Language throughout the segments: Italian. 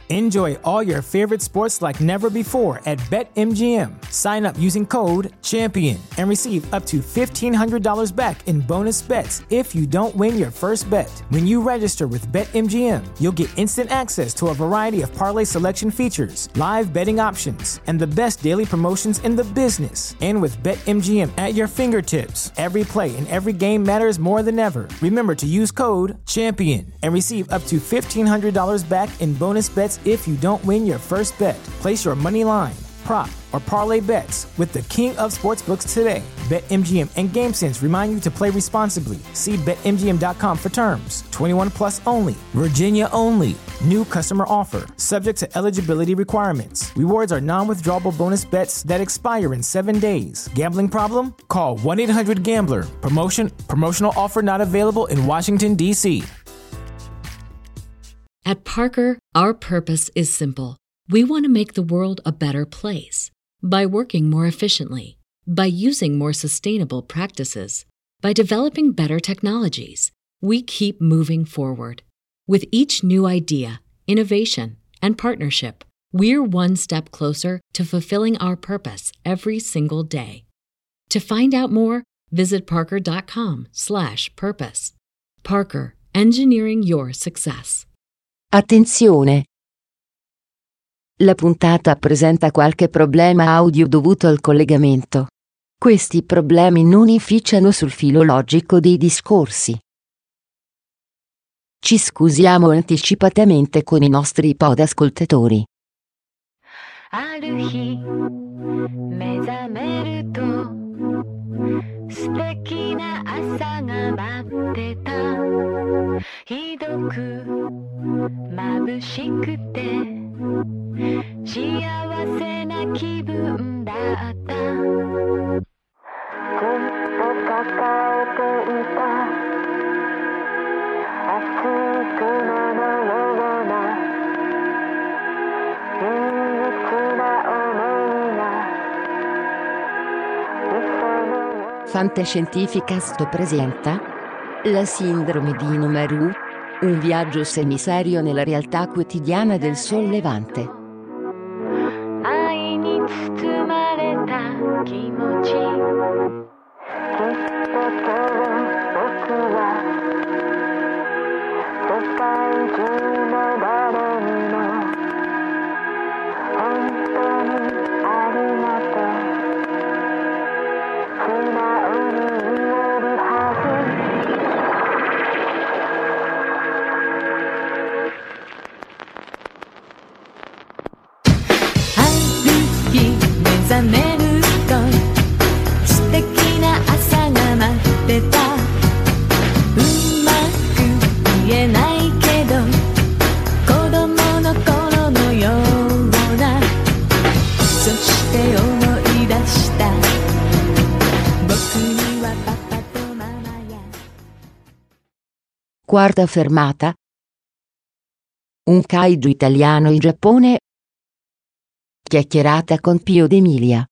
Enjoy all your favorite sports like never before at BetMGM. Sign up using code CHAMPION and receive up to $1,500 back in bonus bets if you don't win your first bet. When you register with BetMGM, you'll get instant access to a variety of parlay selection features, live betting options, and the best daily promotions in the business. And with BetMGM at your fingertips, every play and every game matters more than ever. Remember to use code CHAMPION and receive up to $1,500 back in bonus bets if you don't win your first bet. Place your money line, prop, or parlay bets with the king of sportsbooks today. BetMGM and GameSense remind you to play responsibly. See BetMGM.com for terms. 21 plus only. Virginia only. New customer offer. Subject to eligibility requirements. Rewards are non-withdrawable bonus bets that expire in 7 days. Gambling problem? Call 1-800-GAMBLER. Promotional offer not available in Washington, D.C. At Parker, our purpose is simple. We want to make the world a better place by working more efficiently, by using more sustainable practices, by developing better technologies. We keep moving forward. With each new idea, innovation, and partnership, we're one step closer to fulfilling our purpose every single day. To find out more, visit parker.com/purpose. Parker, engineering your success. Attenzione! La puntata presenta qualche problema audio dovuto al collegamento. Questi problemi non inficiano sul filo logico dei discorsi. Ci scusiamo anticipatamente con i nostri podascoltatori. ある日目覚めると素敵な朝が待ってたひどく眩しくて幸せな気分だったずっと抱えていた熱い雲のような憂鬱な思いが Fantascientificast presenta La sindrome di Inomaru, un viaggio semiserio nella realtà quotidiana del Sollevante. 愛に包まれた気持ちきっと今日僕は世界中の誰にも本当にありがとう素直に言えるはずある日目覚めると素敵な朝が待ってたうまく言えないけど子供の頃のようなそして思い出した僕にはパパとママや Quarta fermata. Un kaiju italiano in Giappone. Chiacchierata con Pio D'Emilia.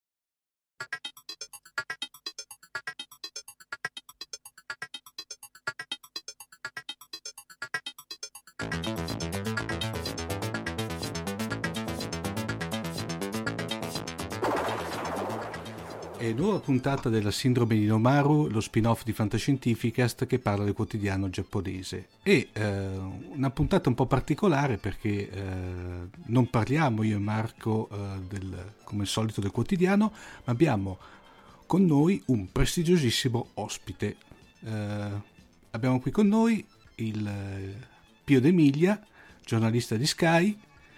E nuova puntata della Sindrome di Inomaru, lo spin-off di Fantascientificast che parla del quotidiano giapponese. E una puntata un po' particolare perché non parliamo io e Marco come al solito del quotidiano, ma abbiamo con noi un prestigiosissimo ospite. Abbiamo qui con noi il Pio D'Emilia, giornalista di Sky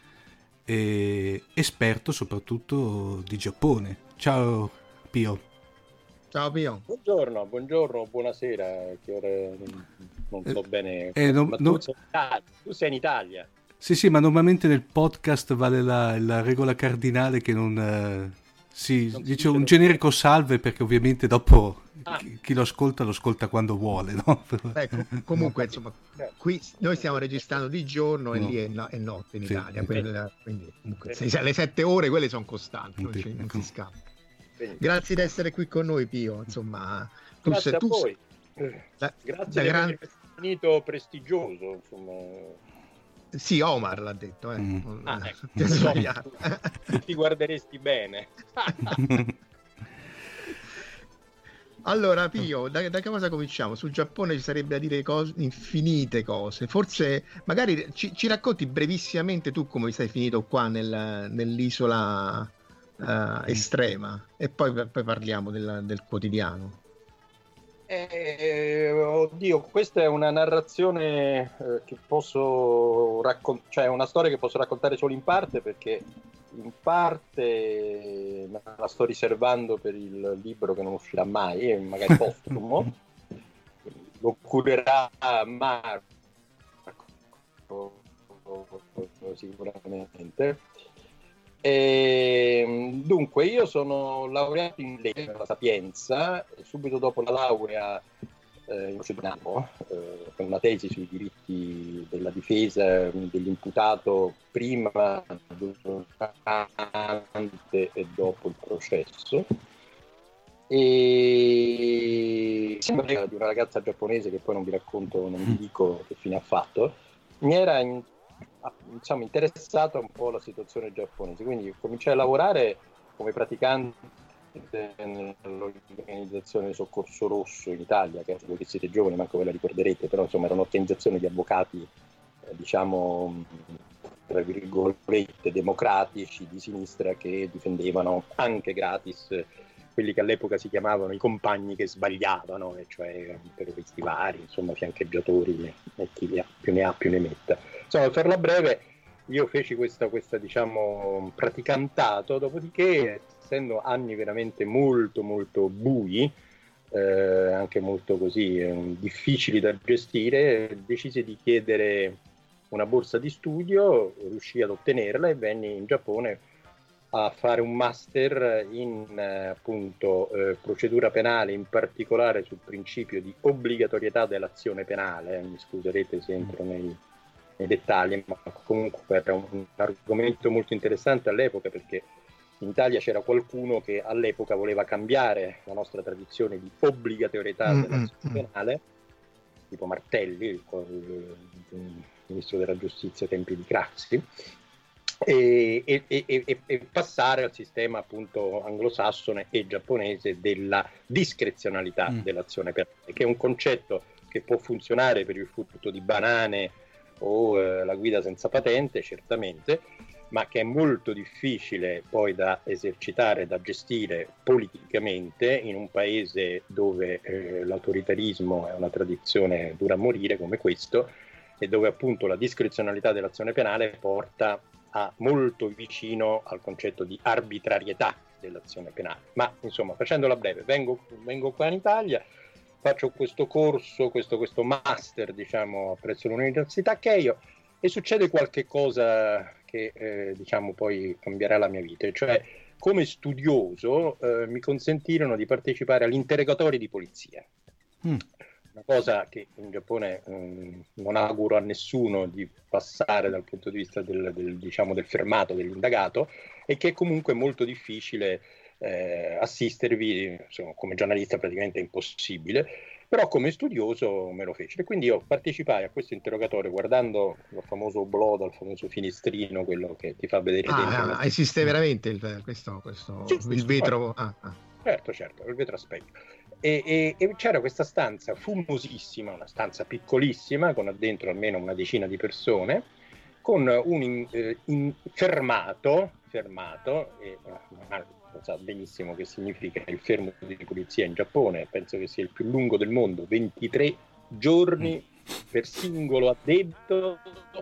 e esperto soprattutto di Giappone. Ciao Pio. Ciao Pio. Buongiorno, buonasera, che ore non so bene. Ma tu sei in Italia. Sì, ma normalmente nel podcast vale la regola cardinale che non si dice un generico salve, perché ovviamente dopo chi lo ascolta quando vuole, no? Ecco, comunque insomma, qui noi stiamo registrando di giorno e lì è notte in Italia, quindi comunque le 7 ore quelle sono costanti, non si scappa. Grazie di essere qui con noi, Pio. Insomma, grazie a voi. Grazie di aver finito prestigioso. Insomma, Sì, Omar l'ha detto. Ti guarderesti bene. Allora, Pio, da che cosa cominciamo? Sul Giappone ci sarebbe da dire infinite cose. Forse, magari ci racconti brevissimamente tu come sei finito qua nell'isola estrema, e poi parliamo del quotidiano. Oddio, questa è una narrazione che posso raccontare, cioè una storia che posso raccontare solo in parte, perché in parte la sto riservando per il libro che non uscirà mai, magari postumo. Lo curerà Marco sicuramente. Dunque, io sono laureato in legge alla Sapienza, e subito dopo la laurea in procedimento con una tesi sui diritti della difesa dell'imputato prima, durante e dopo il processo, e sembra di una ragazza giapponese che poi non vi racconto, non vi dico che fine ha fatto. Mi era interessato un po' la situazione giapponese, quindi cominciai a lavorare come praticante nell'organizzazione Soccorso Rosso in Italia, che voi che siete giovani manco ve la ricorderete, però insomma era un'organizzazione di avvocati diciamo tra virgolette democratici di sinistra, che difendevano anche gratis quelli che all'epoca si chiamavano i compagni che sbagliavano, e cioè terroristi vari, insomma fiancheggiatori e chi più ne ha più ne metta. Insomma, per farla breve, io feci questa diciamo praticantato, dopodiché, essendo anni veramente molto molto bui, anche molto così difficili da gestire, decisi di chiedere una borsa di studio, riuscii ad ottenerla e venni in Giappone a fare un master in procedura penale, in particolare sul principio di obbligatorietà dell'azione penale. Mi scuserete se entro nei dettagli, ma comunque era un argomento molto interessante all'epoca, perché in Italia c'era qualcuno che all'epoca voleva cambiare la nostra tradizione di obbligatorietà dell'azione penale, tipo Martelli, il ministro della giustizia ai tempi di Craxi, e passare al sistema appunto anglosassone e giapponese della discrezionalità dell'azione penale, che è un concetto che può funzionare per il furto di banane o la guida senza patente, certamente, ma che è molto difficile poi da esercitare, da gestire politicamente in un paese dove l'autoritarismo è una tradizione dura a morire come questo, e dove appunto la discrezionalità dell'azione penale porta a molto vicino al concetto di arbitrarietà dell'azione penale. Ma insomma, facendola breve, vengo qua in Italia, faccio questo corso, questo master, diciamo, presso l'Università Keio, e succede qualche cosa che diciamo poi cambierà la mia vita, cioè come studioso mi consentirono di partecipare agli interrogatori di polizia. Una cosa che in Giappone non auguro a nessuno di passare dal punto di vista del fermato, dell'indagato, e che è comunque molto difficile assistervi, insomma, come giornalista praticamente è impossibile, però come studioso me lo fece. E quindi io partecipai a questo interrogatorio guardando il famoso oblò dal famoso finestrino, quello che ti fa vedere dentro. Esiste veramente questo sì, il vetro? Certo, il vetro a specchio. E c'era questa stanza fumosissima, una stanza piccolissima, con dentro almeno una decina di persone, con un fermato, e lo sa benissimo che significa il fermo di polizia in Giappone, penso che sia il più lungo del mondo, 23 giorni per singolo addetto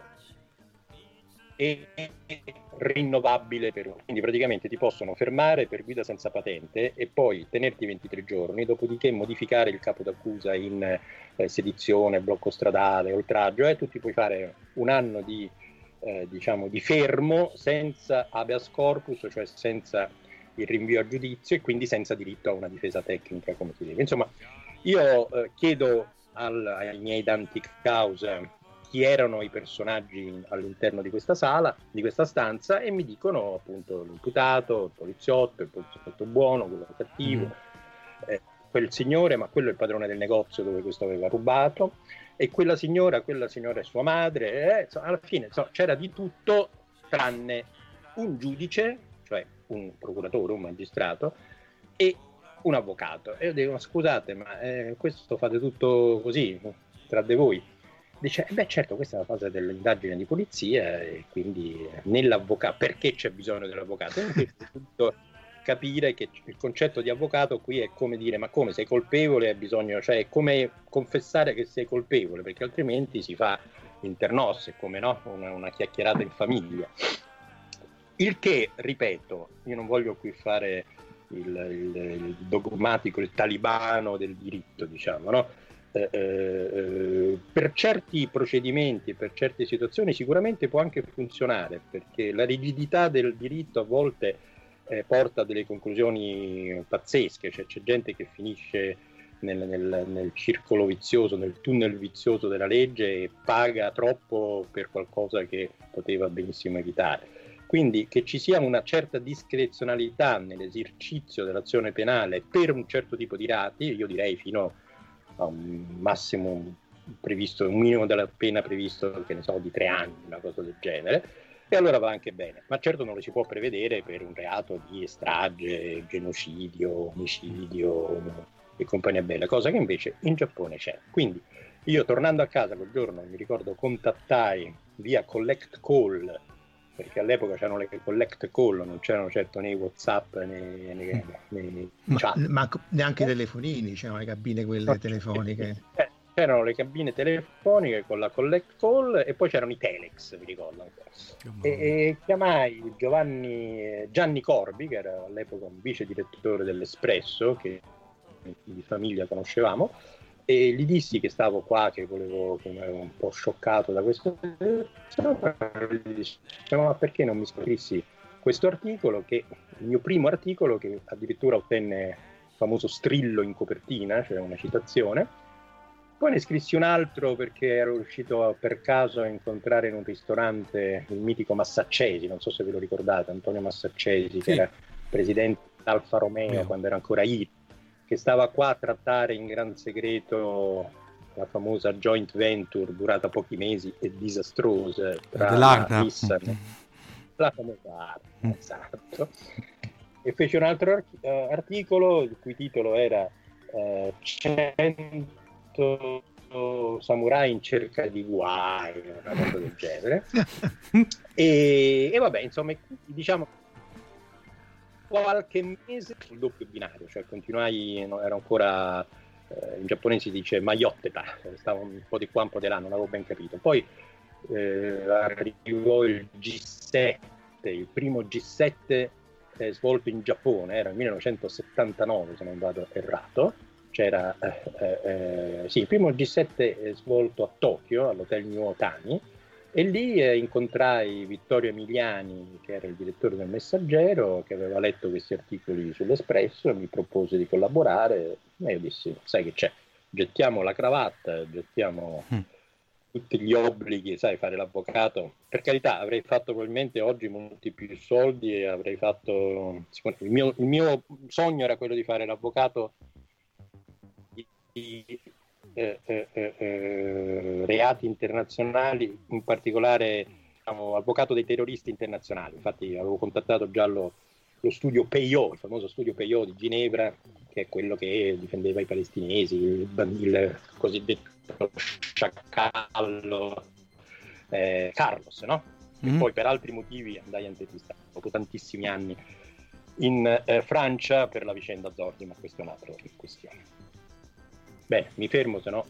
e rinnovabile quindi praticamente ti possono fermare per guida senza patente e poi tenerti 23 giorni, dopodiché modificare il capo d'accusa in sedizione, blocco stradale, oltraggio, e tu ti puoi fare un anno di fermo senza habeas corpus, cioè senza il rinvio a giudizio, e quindi senza diritto a una difesa tecnica come si deve. Insomma, io chiedo ai miei danti causa chi erano i personaggi all'interno di questa sala, di questa stanza, e mi dicono appunto l'imputato, il poliziotto buono, quello cattivo, quel signore, ma quello è il padrone del negozio dove questo aveva rubato, e quella signora è sua madre, alla fine c'era di tutto tranne un giudice, cioè un procuratore, un magistrato e un avvocato. E io dico, scusate, ma questo fate tutto così tra di voi? Dice, certo, questa è la fase dell'indagine di polizia e quindi nell'avvocato, perché c'è bisogno dell'avvocato? Tutto capire che il concetto di avvocato qui è come dire, ma come sei colpevole, cioè è come confessare che sei colpevole, perché altrimenti si fa internos, come no? Una chiacchierata in famiglia. Il che, ripeto, io non voglio qui fare il dogmatico, il talibano del diritto, diciamo, no? Per certi procedimenti, per certe situazioni sicuramente può anche funzionare, perché la rigidità del diritto a volte porta a delle conclusioni pazzesche, cioè c'è gente che finisce nel circolo vizioso, nel tunnel vizioso della legge e paga troppo per qualcosa che poteva benissimo evitare. Quindi che ci sia una certa discrezionalità nell'esercizio dell'azione penale per un certo tipo di reati, io direi fino a un massimo previsto, un minimo della pena previsto, che ne so, di 3 anni, una cosa del genere, e allora va anche bene, ma certo non lo si può prevedere per un reato di strage, genocidio, omicidio e compagnia bella, cosa che invece in Giappone c'è. Quindi io, tornando a casa quel giorno, mi ricordo, contattai via collect call, perché all'epoca c'erano le collect call, non c'erano certo né WhatsApp né chat. Ma neanche i telefonini, c'erano le cabine quelle telefoniche. C'erano le cabine telefoniche con la collect call e poi c'erano i telex, mi ricordo ancora. E chiamai Gianni Corbi, che era all'epoca un vice direttore dell'Espresso, che di famiglia conoscevamo, e gli dissi che stavo qua, che ero un po' scioccato da questo, gli dicevo, ma perché non mi scrissi questo articolo, che il mio primo articolo, che addirittura ottenne il famoso strillo in copertina, cioè una citazione. Poi ne scrissi un altro perché ero riuscito per caso a incontrare in un ristorante il mitico Massaccesi, non so se ve lo ricordate, Antonio Massaccesi, sì, che era presidente Alfa Romeo quando era ancora IRI, che stava qua a trattare in gran segreto la famosa joint venture durata pochi mesi e disastrosa tra la Nissan, la famosa Arna, esatto. E fece un altro articolo il cui titolo era 100 samurai in cerca di guai, una cosa del genere. e vabbè, insomma, diciamo qualche mese sul doppio binario, cioè continuai, era ancora in giapponese si dice maiotteta, stavo un po' di qua, un po' di là, non avevo ben capito. Poi arrivò il G7, il primo G7 svolto in Giappone, era nel 1979 se non vado errato. C'era il primo G7 svolto a Tokyo, all'hotel New Otani, e lì incontrai Vittorio Emiliani, che era il direttore del Messaggero, che aveva letto questi articoli sull'Espresso e mi propose di collaborare. E io dissi, sai che c'è, gettiamo la cravatta, gettiamo tutti gli obblighi, sai, fare l'avvocato. Per carità, avrei fatto probabilmente oggi molti più soldi e avrei fatto... Il mio sogno era quello di fare l'avvocato di reati internazionali, in particolare avvocato dei terroristi internazionali. Infatti avevo contattato già lo studio Peyo, il famoso studio Peyo di Ginevra, che è quello che difendeva i palestinesi, il cosiddetto sciacallo Carlos, no? E poi per altri motivi andai a intervistare dopo tantissimi anni in Francia per la vicenda Zordi, ma questo è un'altra questione. Bene, mi fermo, se no...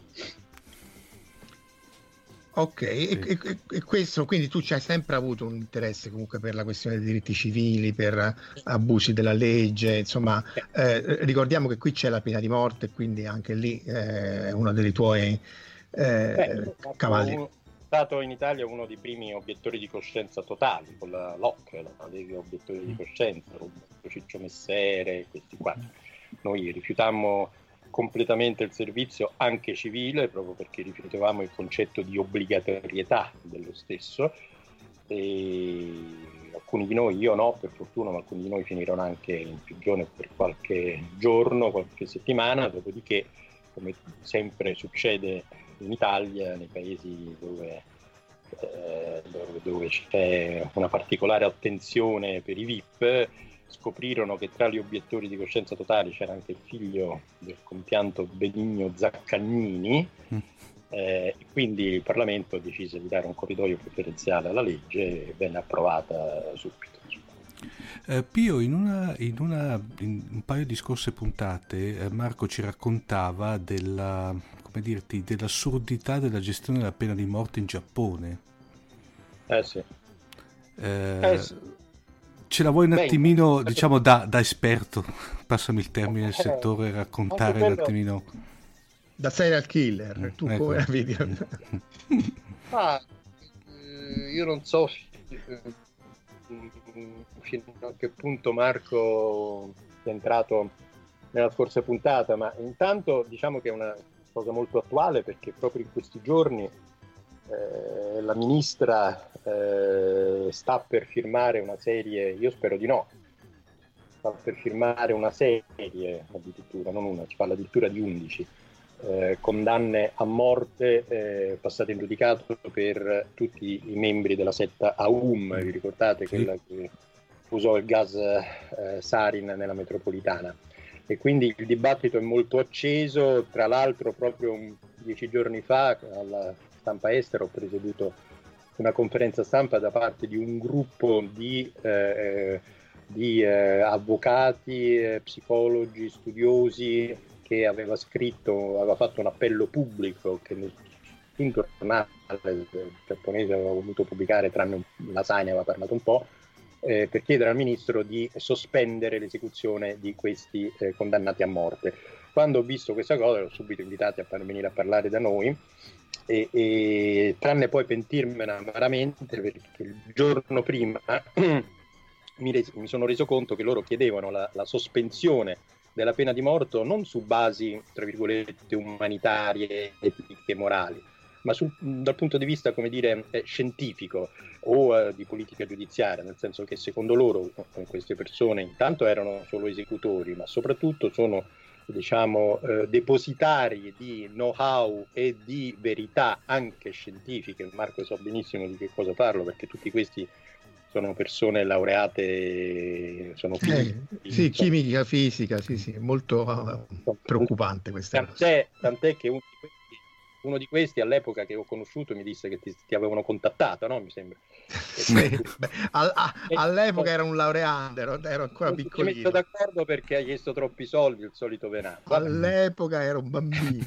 Ok, e questo, quindi tu ci hai sempre avuto un interesse comunque per la questione dei diritti civili, per abusi della legge, insomma, ricordiamo che qui c'è la pena di morte, quindi anche lì è uno dei tuoi cavalli. Sono stato in Italia uno dei primi obiettori di coscienza totali, con la LOC, la Lega Obiettori di Coscienza, Ciccio Messere, questi qua. Noi rifiutammo completamente il servizio anche civile, proprio perché rifiutavamo il concetto di obbligatorietà dello stesso, e alcuni di noi, io no per fortuna, ma alcuni di noi finirono anche in prigione per qualche giorno, qualche settimana, dopodiché, come sempre succede in Italia, nei paesi dove c'è una particolare attenzione per i VIP, scoprirono che tra gli obiettori di coscienza totale c'era anche il figlio del compianto Benigno Zaccagnini, quindi il Parlamento decise di dare un corridoio preferenziale alla legge e venne approvata subito. Pio, in un paio di scorse puntate Marco ci raccontava dell'assurdità della gestione della pena di morte in Giappone. Sì. Ce la vuoi un attimino, diciamo da esperto, passami il termine del settore, raccontare un attimino? Da serial killer, tu ecco. come la vedi? Io non so fino a che punto Marco è entrato nella scorsa puntata, ma intanto diciamo che è una cosa molto attuale, perché proprio in questi giorni la ministra sta per firmare una serie, io spero di no, sta per firmare una serie addirittura, non una, ci parla addirittura di 11 condanne a morte passate in giudicato per tutti i membri della setta Aum, vi ricordate, quella che usò il gas sarin nella metropolitana. E quindi il dibattito è molto acceso. Tra l'altro proprio 10 giorni fa alla Stampa Estera ho presieduto una conferenza stampa da parte di un gruppo di avvocati, psicologi, studiosi, che aveva fatto un appello pubblico che nessun giornale giapponese aveva voluto pubblicare, tranne la SAI ne aveva parlato un po', per chiedere al ministro di sospendere l'esecuzione di questi condannati a morte. Quando ho visto questa cosa, li ho subito invitati a venire a parlare da noi, e tranne poi pentirmene amaramente, perché il giorno prima mi sono reso conto che loro chiedevano la sospensione della pena di morte non su basi, tra virgolette, umanitarie, etiche e morali, ma dal punto di vista, come dire, scientifico o di politica giudiziaria, nel senso che secondo loro queste persone intanto erano solo esecutori, ma soprattutto sono, diciamo, depositari di know-how e di verità anche scientifiche. Marco sa benissimo di che cosa parlo, perché tutti questi sono persone laureate, sono sì, chimica, fisica, sì, molto preoccupante questa cosa. Tant'è che uno di questi all'epoca che ho conosciuto mi disse che ti avevano contattato, no? Mi sembra. All'epoca era un laureando, ero ancora piccolino. Mi metto d'accordo perché hai chiesto troppi soldi, il solito venato. All'epoca ero un bambino.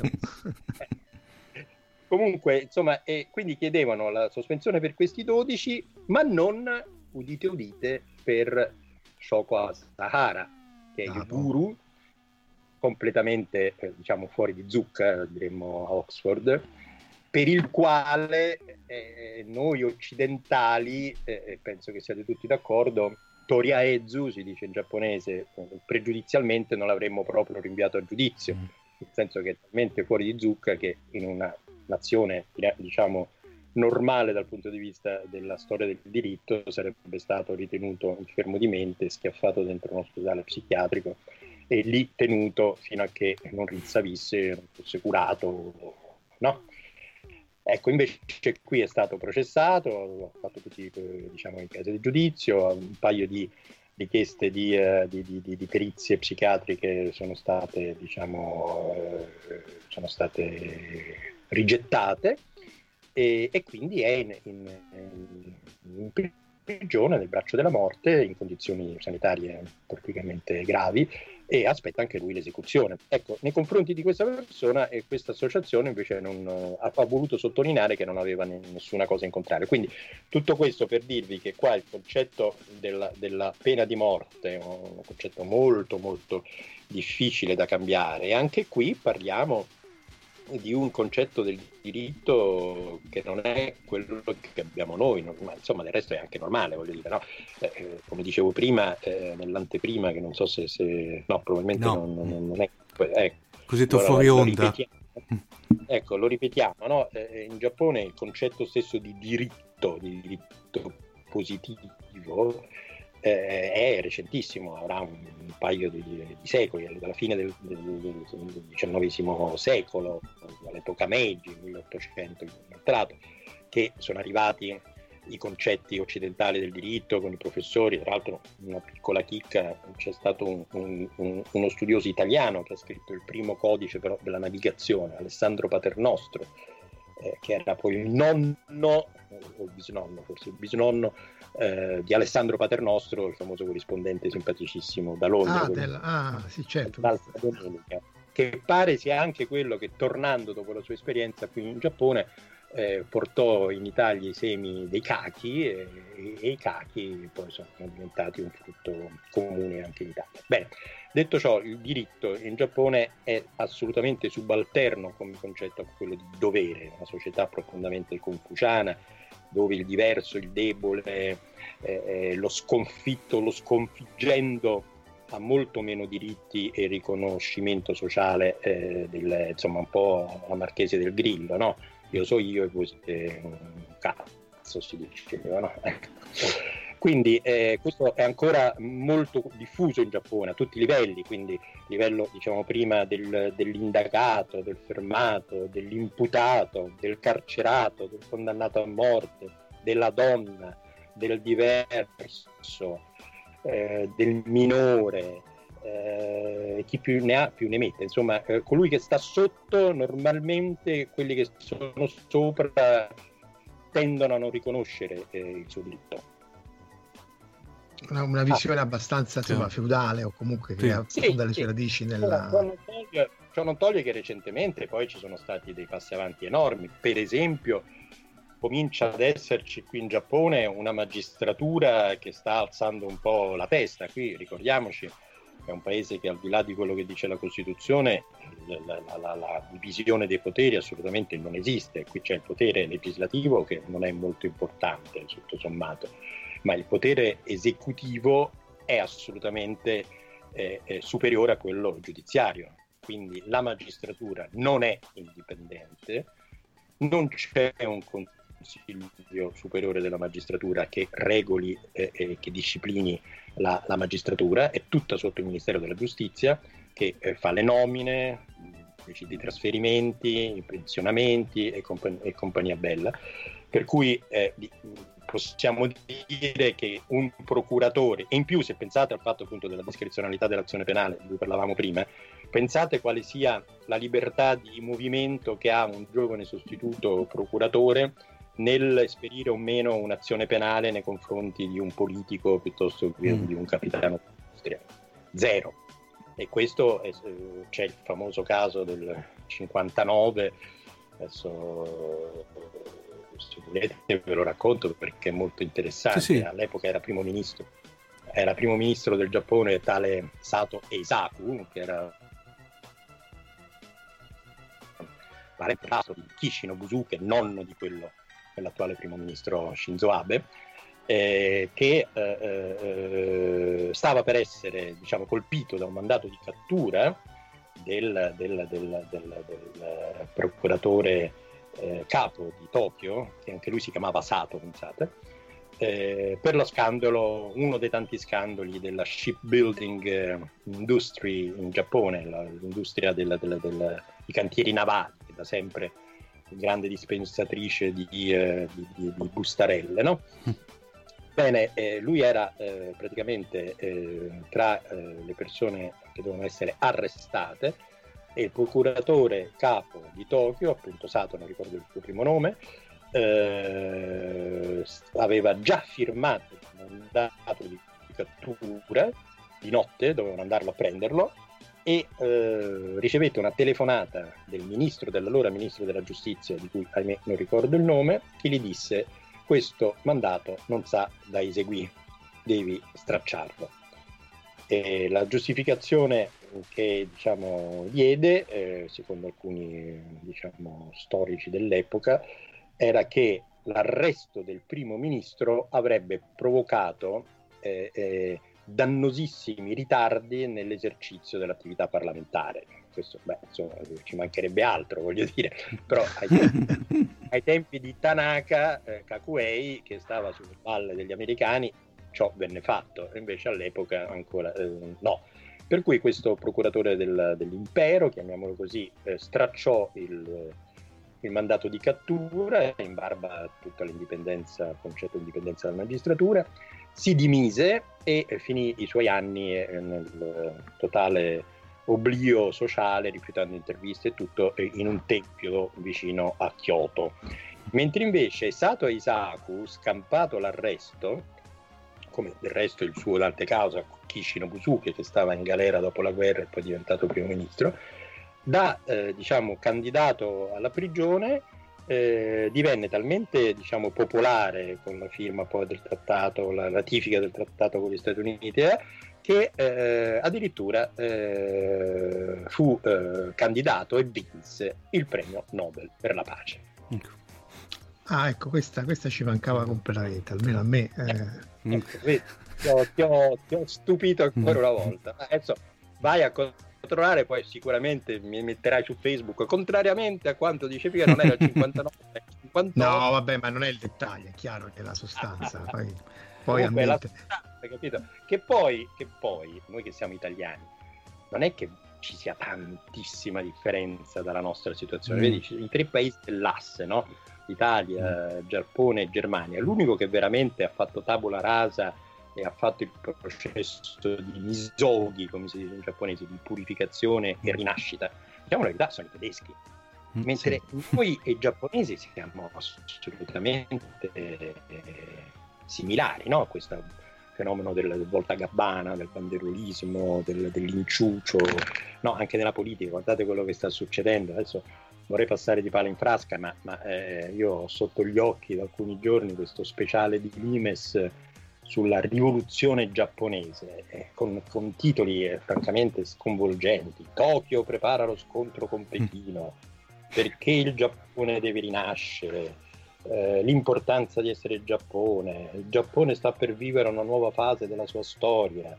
Comunque, insomma, quindi chiedevano la sospensione per questi 12, ma non, udite udite, per Shoko Asahara, che è il guru completamente, diciamo, fuori di zucca, diremmo a Oxford, per il quale noi occidentali, penso che siate tutti d'accordo, Toriaezu, si dice in giapponese, pregiudizialmente non l'avremmo proprio rinviato a giudizio, nel senso che è talmente fuori di zucca che in una nazione, diciamo, normale dal punto di vista della storia del diritto sarebbe stato ritenuto infermo di mente, schiaffato dentro un ospedale psichiatrico e lì tenuto fino a che non rinsavisse, non fosse curato, no? Ecco, invece qui è stato processato, ha fatto tutti, diciamo, in casa di giudizio, un paio di richieste di perizie psichiatriche sono state, diciamo, rigettate, e quindi è in prigione nel braccio della morte in condizioni sanitarie praticamente gravi, e aspetta anche lui l'esecuzione. Ecco, nei confronti di questa persona, e questa associazione invece ha voluto sottolineare che non aveva nessuna cosa in contrario. Quindi tutto questo per dirvi che qua il concetto della pena di morte è un concetto molto molto difficile da cambiare, e anche qui parliamo di un concetto del diritto che non è quello che abbiamo noi, ma insomma del resto è anche normale, voglio dire, no? Come dicevo prima, nell'anteprima, che non so se no, probabilmente no. Non è cosiddetto fuori onda. Ecco, lo ripetiamo, no? In Giappone il concetto stesso di diritto positivo è recentissimo, avrà un paio di secoli, dalla fine del XIX secolo, all'epoca Meiji, 1800, che sono arrivati i concetti occidentali del diritto con i professori. Tra l'altro, una piccola chicca, c'è stato uno studioso italiano che ha scritto il primo codice però della navigazione, Alessandro Paternostro, che era poi il nonno, o il bisnonno, forse il bisnonno di Alessandro Paternostro, il famoso corrispondente simpaticissimo da Londra. Sì, certo. Domenica, che pare sia anche quello che, tornando dopo la sua esperienza qui in Giappone, portò in Italia i semi dei kaki, e i kaki poi sono diventati un frutto comune anche in Italia. Bene, detto ciò, il diritto in Giappone è assolutamente subalterno come concetto a quello di dovere, una società profondamente confuciana, dove il diverso, il debole, lo sconfitto, lo sconfiggendo ha molto meno diritti e riconoscimento sociale, insomma un po' la Marchese del Grillo, no? Io so io e voi siete un cazzo, si diceva, no? Quindi questo è ancora molto diffuso in Giappone a tutti i livelli, quindi livello, diciamo prima, dell'indagato, del fermato, dell'imputato, del carcerato, del condannato a morte, della donna, del diverso, del minore, chi più ne ha più ne mette, insomma colui che sta sotto, normalmente quelli che sono sopra tendono a non riconoscere il suo diritto. Una visione abbastanza feudale, o comunque che affonda le sue radici nella... Ciò non toglie che recentemente poi ci sono stati dei passi avanti enormi. Per esempio, comincia ad esserci qui in Giappone una magistratura che sta alzando un po' la testa. Qui, ricordiamoci, è un paese che, al di là di quello che dice la Costituzione, la divisione dei poteri assolutamente non esiste. Qui c'è il potere legislativo, che non è molto importante tutto sommato, ma il potere esecutivo è assolutamente superiore a quello giudiziario. Quindi la magistratura non è indipendente, non c'è un consiglio superiore della magistratura che regoli e che disciplini la magistratura, è tutta sotto il Ministero della Giustizia, che fa le nomine, decide i trasferimenti, i pensionamenti e compagnia bella. Per cui possiamo dire che un procuratore, e in più, se pensate al fatto appunto della discrezionalità dell'azione penale di cui parlavamo prima, pensate quale sia la libertà di movimento che ha un giovane sostituto procuratore nel esperire o meno un'azione penale nei confronti di un politico piuttosto che di un capitano industriale. Zero. E questo c'è il famoso caso del 59, adesso se volete ve lo racconto perché è molto interessante. Sì. All'epoca era primo ministro del Giappone tale Sato Eisaku, che era parente di Kishi Nobusuke, nonno di quello dell'attuale primo ministro Shinzo Abe, che stava per essere, diciamo, colpito da un mandato di cattura del procuratore capo di Tokyo, che anche lui si chiamava Sato, pensate, per lo scandalo, uno dei tanti scandali della shipbuilding industry in Giappone, l'industria dei cantieri navali, che da sempre grande dispensatrice di bustarelle, no? Bene, lui era praticamente tra le persone che dovevano essere arrestate, e il procuratore capo di Tokyo, appunto Sato, non ricordo il suo primo nome, aveva già firmato il mandato di cattura di notte, dovevano andarlo a prenderlo, e ricevette una telefonata dell'allora ministro della giustizia, di cui ahimè non ricordo il nome, che gli disse: questo mandato non sa da eseguire, devi stracciarlo. E la giustificazione che, diciamo, diede, secondo alcuni, diciamo, storici dell'epoca, era che l'arresto del primo ministro avrebbe provocato dannosissimi ritardi nell'esercizio dell'attività parlamentare. Questo, insomma, ci mancherebbe altro, voglio dire, però ai tempi di Tanaka Kakuei, che stava sulle balle degli americani, ciò venne fatto, invece all'epoca ancora no. Per cui questo procuratore dell'impero, chiamiamolo così, stracciò il mandato di cattura in barba a tutta l'indipendenza, il concetto di indipendenza della magistratura, si dimise e finì i suoi anni nel totale oblio sociale, rifiutando interviste e tutto, in un tempio vicino a Kyoto. Mentre invece Sato Eisaku, scampato l'arresto, come del resto il suo dante causa Kishi Nobusuke, che stava in galera dopo la guerra e poi è diventato primo ministro, da candidato alla prigione divenne talmente popolare con la firma poi del trattato, la ratifica del trattato con gli Stati Uniti, che addirittura fu candidato e vinse il premio Nobel per la pace. Ah, ecco, questa ci mancava completamente, almeno a me. Ti ho stupito ancora una volta. Adesso vai a controllare, poi sicuramente mi metterai su Facebook, contrariamente a quanto dicevi che non era il 59, è il 58. No, vabbè, ma non è il dettaglio, è chiaro che è la sostanza. Poi comunque la sostanza, capito? Che poi noi che siamo italiani, non è che ci sia tantissima differenza dalla nostra situazione. Vedi, in 3 paesi dell'asse, no? Italia, Giappone e Germania, l'unico che veramente ha fatto tabula rasa e ha fatto il processo di misogi, come si dice in giapponese, di purificazione e rinascita, diciamo la verità, sono i tedeschi. Mentre noi e i giapponesi siamo assolutamente similari, no? Questo fenomeno del voltagabbana, del banderuolismo, dell'inciucio, no? Anche nella politica, guardate quello che sta succedendo adesso. Vorrei passare di palo in frasca, ma io ho sotto gli occhi da alcuni giorni questo speciale di Limes sulla rivoluzione giapponese, con titoli francamente sconvolgenti. Tokyo prepara lo scontro con Pechino, perché il Giappone deve rinascere, l'importanza di essere il Giappone sta per vivere una nuova fase della sua storia.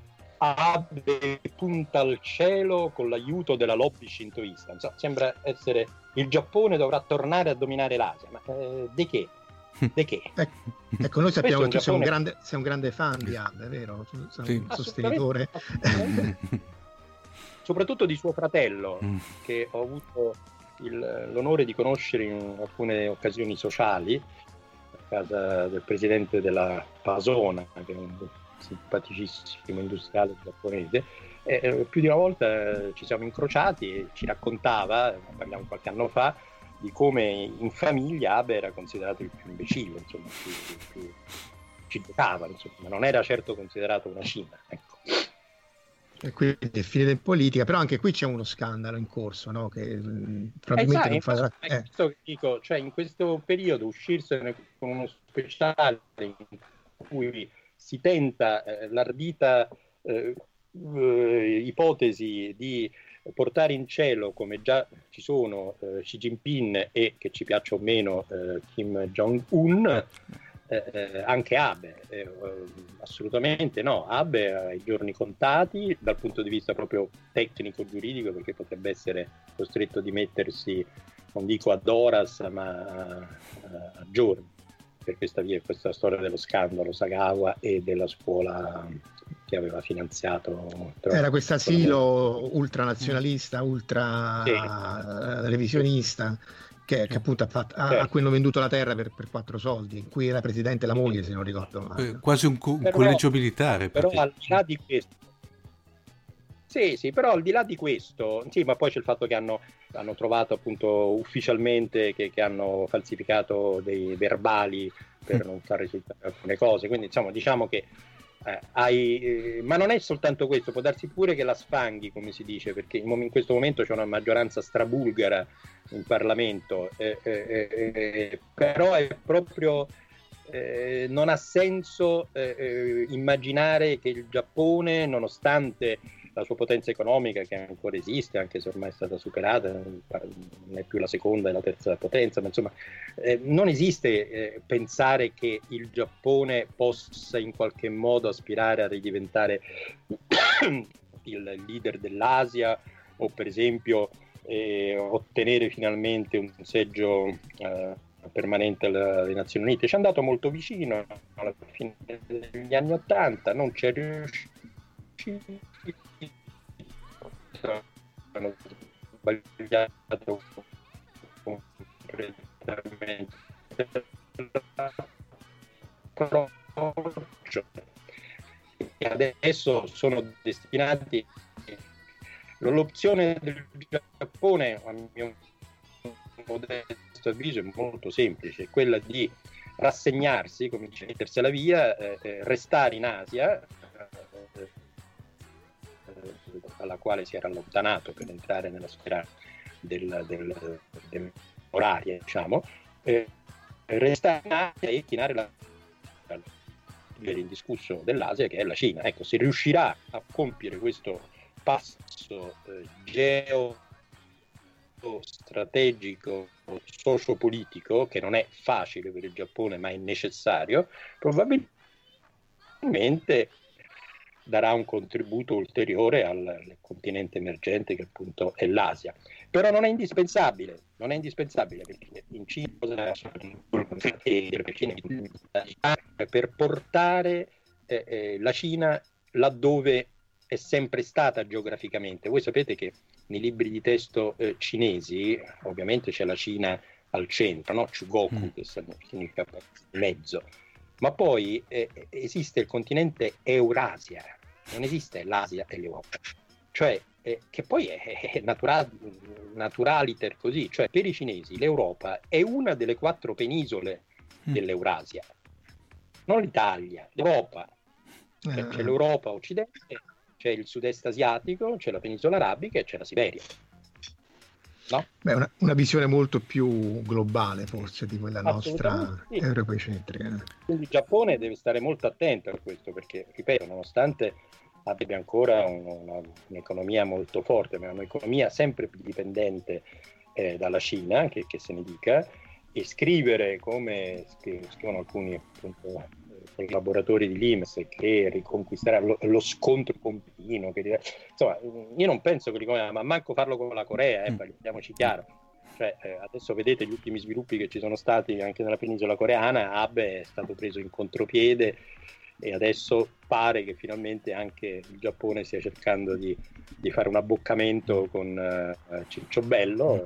Abe punta al cielo con l'aiuto della lobby shintoista. Sembra essere il Giappone dovrà tornare a dominare l'Asia, ma di che? Ecco, noi sappiamo che tu sei un grande fan di Abe, vero? Sei un sostenitore. Soprattutto di suo fratello, che ho avuto l'onore di conoscere in alcune occasioni sociali a casa del presidente della Pasona, che è un simpaticissimo industriale giapponese. Più di una volta ci siamo incrociati e ci raccontava, parliamo qualche anno fa, di come in famiglia Abe era considerato il più imbecille, insomma, più ci giocava, insomma, non era certo considerato una cima, ecco. E quindi è finita in politica, però anche qui c'è uno scandalo in corso, no? Che probabilmente non farà. Questo che dico, cioè in questo periodo uscirsene con uno speciale in cui si tenta l'ardita ipotesi di portare in cielo, come già ci sono Xi Jinping e, che ci piaccia o meno, Kim Jong-un, anche Abe. Assolutamente no, Abe ha i giorni contati dal punto di vista proprio tecnico-giuridico, perché potrebbe essere costretto a dimettersi, non dico ad horas, ma a giorni, per questa storia dello scandalo Sagawa e della scuola che aveva finanziato. Era questo asilo ultranazionalista, ultra revisionista, che appunto a cui hanno venduto la terra per 4 soldi, in cui era presidente la moglie, se non ricordo male. Quasi un collegio militare. Però al di là di questo, sì, però al di là di questo, sì, ma poi c'è il fatto che hanno trovato appunto ufficialmente che hanno falsificato dei verbali per non far risultare alcune cose, quindi insomma diciamo che ma non è soltanto questo, può darsi pure che la sfanghi, come si dice, perché in questo momento c'è una maggioranza strabulgara in Parlamento, però è proprio non ha senso immaginare che il Giappone, nonostante la sua potenza economica, che ancora esiste, anche se ormai è stata superata, non è più la seconda e la terza potenza, ma insomma non esiste pensare che il Giappone possa in qualche modo aspirare a ridiventare il leader dell'Asia, o per esempio ottenere finalmente un seggio permanente alle Nazioni Unite. Ci è andato molto vicino alla fine degli anni '80, non c'è riuscito, hanno sbagliato completamente l'approccio e adesso sono destinati. L'opzione del Giappone, a mio modesto avviso, è molto semplice, è quella di rassegnarsi, cominciare a mettersi alla via, restare in Asia, dalla quale si era allontanato per entrare nella sfera dell'oraria, diciamo, restare in Asia e chinare la l'indiscusso dell'Asia, che è la Cina. Ecco, se riuscirà a compiere questo passo geostrategico, sociopolitico, che non è facile per il Giappone ma è necessario, probabilmente darà un contributo ulteriore al continente emergente che appunto è l'Asia. Però non è indispensabile perché in Cina per portare la Cina laddove è sempre stata geograficamente. Voi sapete che nei libri di testo cinesi ovviamente c'è la Cina al centro, no? Chugoku, che significa mezzo, ma poi esiste il continente Eurasia, non esiste l'Asia e l'Europa, cioè che poi è naturaliter così, cioè per i cinesi l'Europa è una delle 4 penisole dell'Eurasia, non l'Italia, l'Europa. C'è l'Europa occidente, c'è il sud-est asiatico, c'è la penisola arabica e c'è la Siberia. No? Beh, una visione molto più globale forse di quella nostra eurocentrica. Quindi il Giappone deve stare molto attento a questo perché, ripeto, nonostante abbia ancora un'economia molto forte, ma è un'economia sempre più dipendente dalla Cina, che se ne dica, e scrivere come scrivono alcuni appunto collaboratori di Limes che riconquisterà lo scontro con Pechino, insomma, io non penso che ma manco farlo con la Corea, parliamoci chiaro. Cioè, adesso vedete gli ultimi sviluppi che ci sono stati anche nella penisola coreana. Abe è stato preso in contropiede e adesso pare che finalmente anche il Giappone stia cercando di fare un abboccamento con Cicciobello.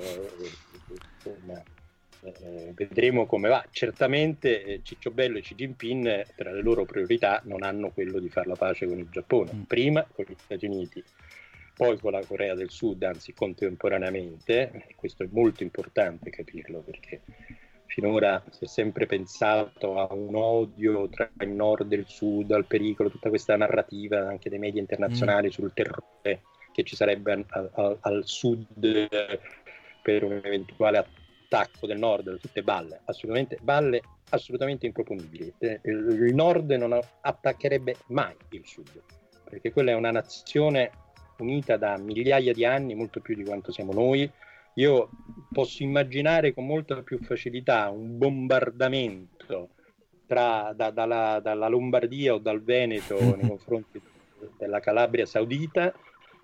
Vedremo come va. Certamente Cicciobello e Xi Jinping tra le loro priorità non hanno quello di fare la pace con il Giappone, prima con gli Stati Uniti, poi con la Corea del Sud, anzi contemporaneamente, e questo è molto importante capirlo perché finora si è sempre pensato a un odio tra il nord e il sud, al pericolo, tutta questa narrativa anche dei media internazionali sul terrore che ci sarebbe al sud per un eventuale attacco del nord, tutte balle assolutamente improponibili. Il nord non attaccherebbe mai il sud, perché quella è una nazione unita da migliaia di anni, molto più di quanto siamo noi. Io posso immaginare con molta più facilità un bombardamento dalla Lombardia o dal Veneto nei confronti della Calabria Saudita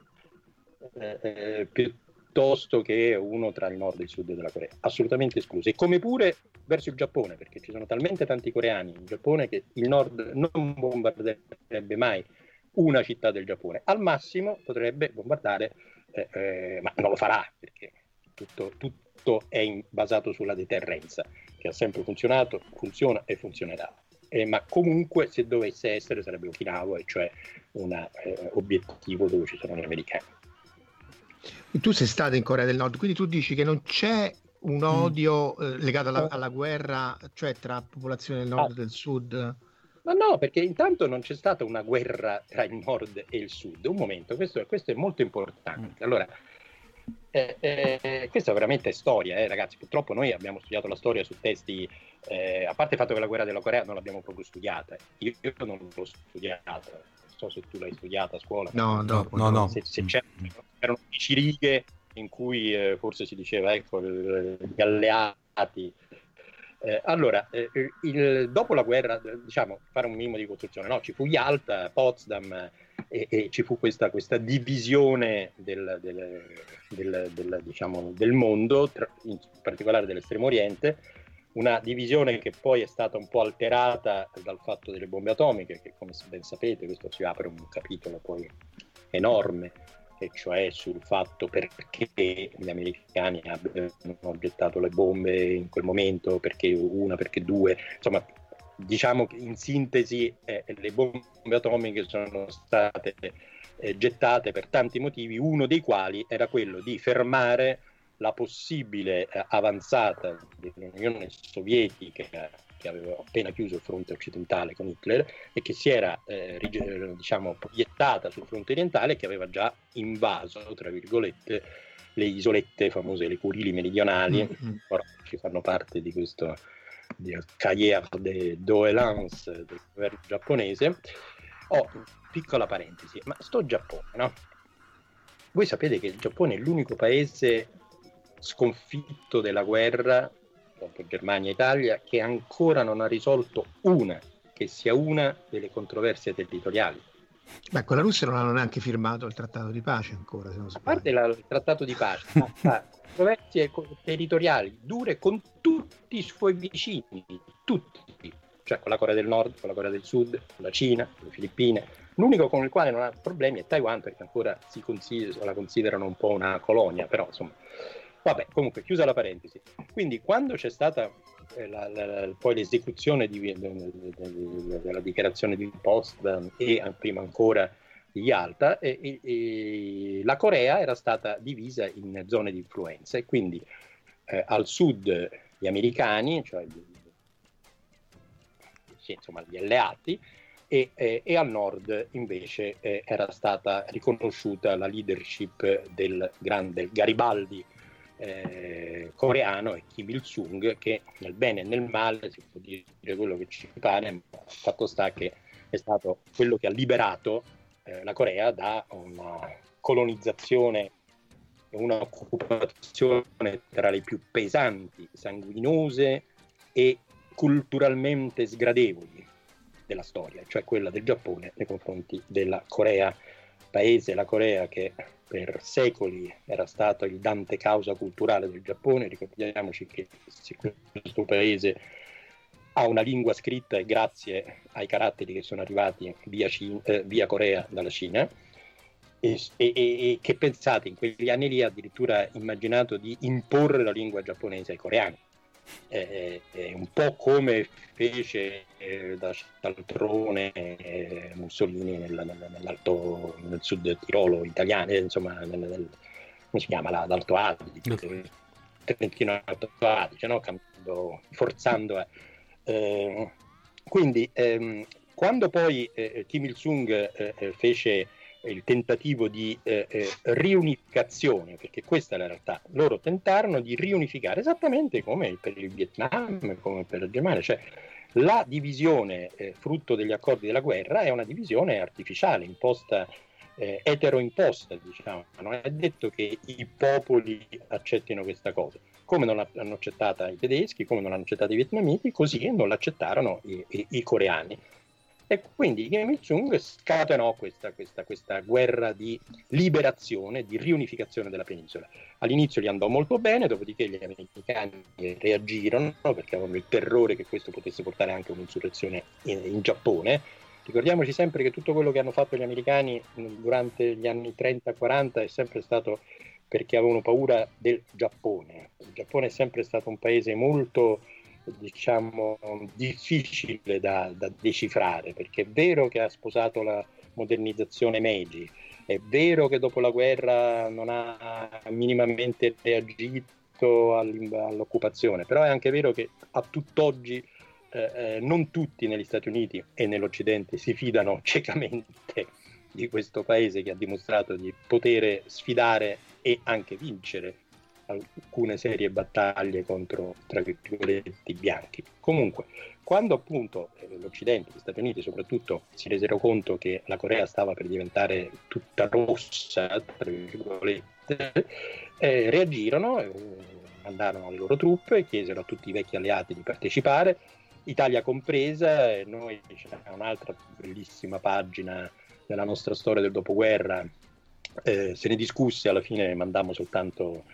piuttosto che uno tra il nord e il sud della Corea, assolutamente escluso. E come pure verso il Giappone, perché ci sono talmente tanti coreani in Giappone che il nord non bombarderebbe mai una città del Giappone, al massimo potrebbe bombardare, ma non lo farà perché tutto è basato sulla deterrenza, che ha sempre funzionato, funziona e funzionerà. Ma comunque se dovesse essere sarebbe Okinawa, e cioè un obiettivo dove ci sono gli americani. Tu sei stato in Corea del Nord, quindi tu dici che non c'è un odio legato alla guerra, cioè tra popolazione del nord e del sud? No, perché intanto non c'è stata una guerra tra il nord e il sud. Un momento, questo è molto importante. Allora, questa veramente è storia, ragazzi. Purtroppo noi abbiamo studiato la storia su testi, a parte il fatto che la guerra della Corea non l'abbiamo proprio studiata. Io non l'ho studiata, non so se tu l'hai studiata a scuola. No. Se c'erano 10 righe in cui forse si diceva, ecco, gli alleati. Allora, dopo la guerra, diciamo, fare un minimo di costruzione, no? Ci fu Yalta, Potsdam e ci fu questa divisione diciamo, del mondo, in particolare dell'estremo oriente, una divisione che poi è stata un po' alterata dal fatto delle bombe atomiche, che come ben sapete, questo si apre un capitolo poi enorme, e cioè sul fatto perché gli americani abbiano gettato le bombe in quel momento, perché una, perché due, insomma, diciamo che in sintesi le bombe atomiche sono state gettate per tanti motivi, uno dei quali era quello di fermare la possibile avanzata dell'Unione Sovietica, che aveva appena chiuso il fronte occidentale con Hitler e che si era diciamo proiettata sul fronte orientale, che aveva già invaso, tra virgolette, le isolette famose, le Kurili meridionali, ora ci fanno parte di questo cahier de doléances del governo giapponese. Piccola parentesi, ma sto Giappone, no? Voi sapete che il Giappone è l'unico paese sconfitto della guerra, dopo Germania e Italia, che ancora non ha risolto una delle controversie territoriali. Beh, con la Russia non hanno neanche firmato il trattato di pace ancora, se non sbaglio. A parte il trattato di pace, ha controversie territoriali dure con tutti i suoi vicini, tutti, cioè con la Corea del Nord, con la Corea del Sud, con la Cina, con le Filippine. L'unico con il quale non ha problemi è Taiwan, perché ancora la considerano un po' una colonia, però insomma. Vabbè, comunque, chiusa la parentesi. Quindi quando c'è stata poi l'esecuzione della dichiarazione di Potsdam e prima ancora di Yalta, la Corea era stata divisa in zone di influenza, e quindi al sud gli americani, cioè insomma gli alleati, e al nord invece era stata riconosciuta la leadership del grande Garibaldi coreano, e Kim Il-sung, che nel bene e nel male si può dire quello che ci pare, ma il fatto sta che è stato quello che ha liberato la Corea da una colonizzazione e una occupazione tra le più pesanti, sanguinose e culturalmente sgradevoli della storia, cioè quella del Giappone nei confronti della Corea, paese, la Corea, che per secoli era stato il dante causa culturale del Giappone. Ricordiamoci che questo paese ha una lingua scritta grazie ai caratteri che sono arrivati via Corea dalla Cina, e che, pensate, in quegli anni lì addirittura immaginato di imporre la lingua giapponese ai coreani. Un po' come fece d'altrone Mussolini nel sud Tirolo italiano, insomma come si chiama, l'Alto Adige, Trentino Alto Adige, no? Forzando quindi quando poi Kim Il-sung fece il tentativo di riunificazione, perché questa è la realtà, loro tentarono di riunificare esattamente come per il Vietnam, come per la Germania, cioè la divisione frutto degli accordi della guerra è una divisione artificiale, imposta, eteroimposta, diciamo. Non è detto che i popoli accettino questa cosa, come non l'hanno accettata i tedeschi, come non l'hanno accettata i vietnamiti, così non l'accettarono i coreani. E quindi Kim Il-sung scatenò questa guerra di liberazione, di riunificazione della penisola. All'inizio gli andò molto bene, dopodiché gli americani reagirono perché avevano il terrore che questo potesse portare anche a un'insurrezione in Giappone. Ricordiamoci sempre che tutto quello che hanno fatto gli americani durante gli anni 30-40 è sempre stato perché avevano paura del Giappone. Il Giappone è sempre stato un paese molto, diciamo, difficile da decifrare, perché è vero che ha sposato la modernizzazione Meiji, è vero che dopo la guerra non ha minimamente reagito all'occupazione, però è anche vero che a tutt'oggi non tutti negli Stati Uniti e nell'Occidente si fidano ciecamente di questo paese che ha dimostrato di poter sfidare e anche vincere alcune serie battaglie contro, tra virgolette, i bianchi. Comunque, quando appunto l'Occidente, gli Stati Uniti soprattutto, si resero conto che la Corea stava per diventare tutta rossa, tra virgolette, reagirono, mandarono le loro truppe, chiesero a tutti i vecchi alleati di partecipare, Italia compresa, e noi c'è un'altra bellissima pagina della nostra storia del dopoguerra, se ne discusse, alla fine mandammo soltanto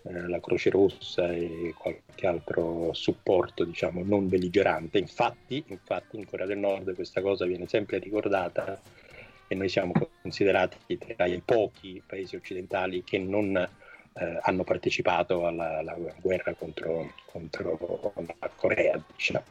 la Croce Rossa e qualche altro supporto, diciamo, non belligerante. Infatti in Corea del Nord questa cosa viene sempre ricordata e noi siamo considerati tra i pochi paesi occidentali che non hanno partecipato alla guerra contro la Corea, diciamo.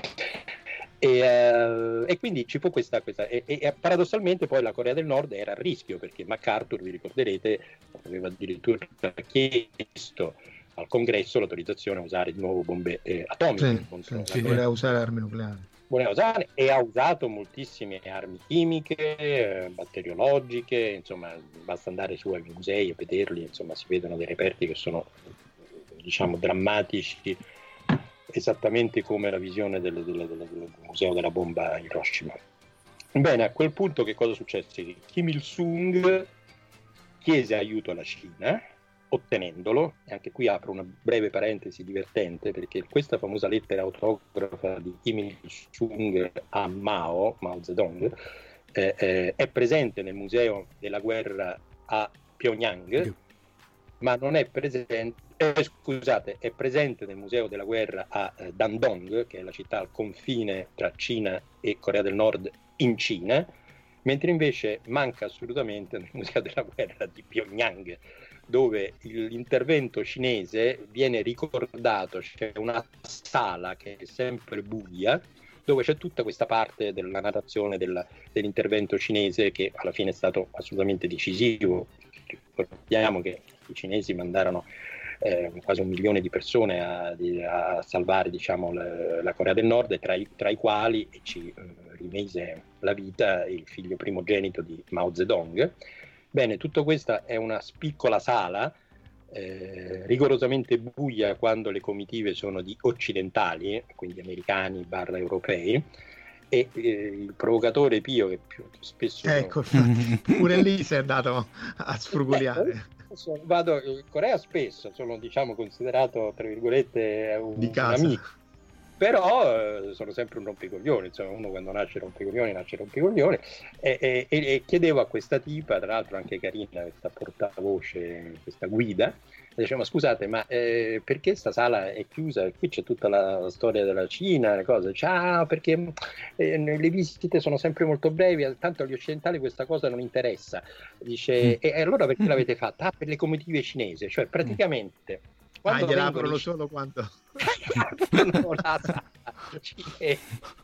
E quindi ci fu questa e paradossalmente poi la Corea del Nord era a rischio, perché MacArthur, vi ricorderete, aveva addirittura chiesto al Congresso l'autorizzazione a usare di nuovo bombe atomiche. Voleva usare armi nucleari. Voleva usare, e ha usato moltissime armi chimiche, batteriologiche, insomma basta andare su ai musei e vederli, insomma si vedono dei reperti che sono, diciamo, drammatici, esattamente come la visione del museo della bomba Hiroshima. Bene, a quel punto che cosa successe? Kim Il-sung chiese aiuto alla Cina, ottenendolo, e anche qui apro una breve parentesi divertente, perché questa famosa lettera autografa di Kim Il-sung a Mao Zedong è presente nel museo della guerra a Pyongyang, ma non è presente, è presente nel museo della guerra a Dandong, che è la città al confine tra Cina e Corea del Nord in Cina, mentre invece manca assolutamente nel museo della guerra di Pyongyang, dove l'intervento cinese viene ricordato. C'è una sala che è sempre buia, dove c'è tutta questa parte della narrazione dell'intervento cinese, che alla fine è stato assolutamente decisivo. Ricordiamo che i cinesi mandarono quasi 1 milione di persone a salvare, diciamo, la Corea del Nord, tra i quali ci rimise la vita il figlio primogenito di Mao Zedong. Bene, tutto questa è una piccola sala rigorosamente buia quando le comitive sono di occidentali, quindi americani / europei, e il provocatore Pio, che più spesso pure lì si è andato a sfrugugliare. Vado in Corea spesso, sono, diciamo, considerato, tra virgolette, un amico, però sono sempre un rompicoglione, insomma, uno quando nasce rompicoglione, e chiedevo a questa tipa, tra l'altro anche carina, questa portavoce, questa guida, dicevo: ma scusate, ma perché sta sala è chiusa? Qui c'è tutta la storia della Cina, le cose. Perché le visite sono sempre molto brevi, tanto agli occidentali questa cosa non interessa. Dice, e allora perché l'avete fatta? Per le comitive cinesi, cioè praticamente gliela aprono solo quando la sala cinese.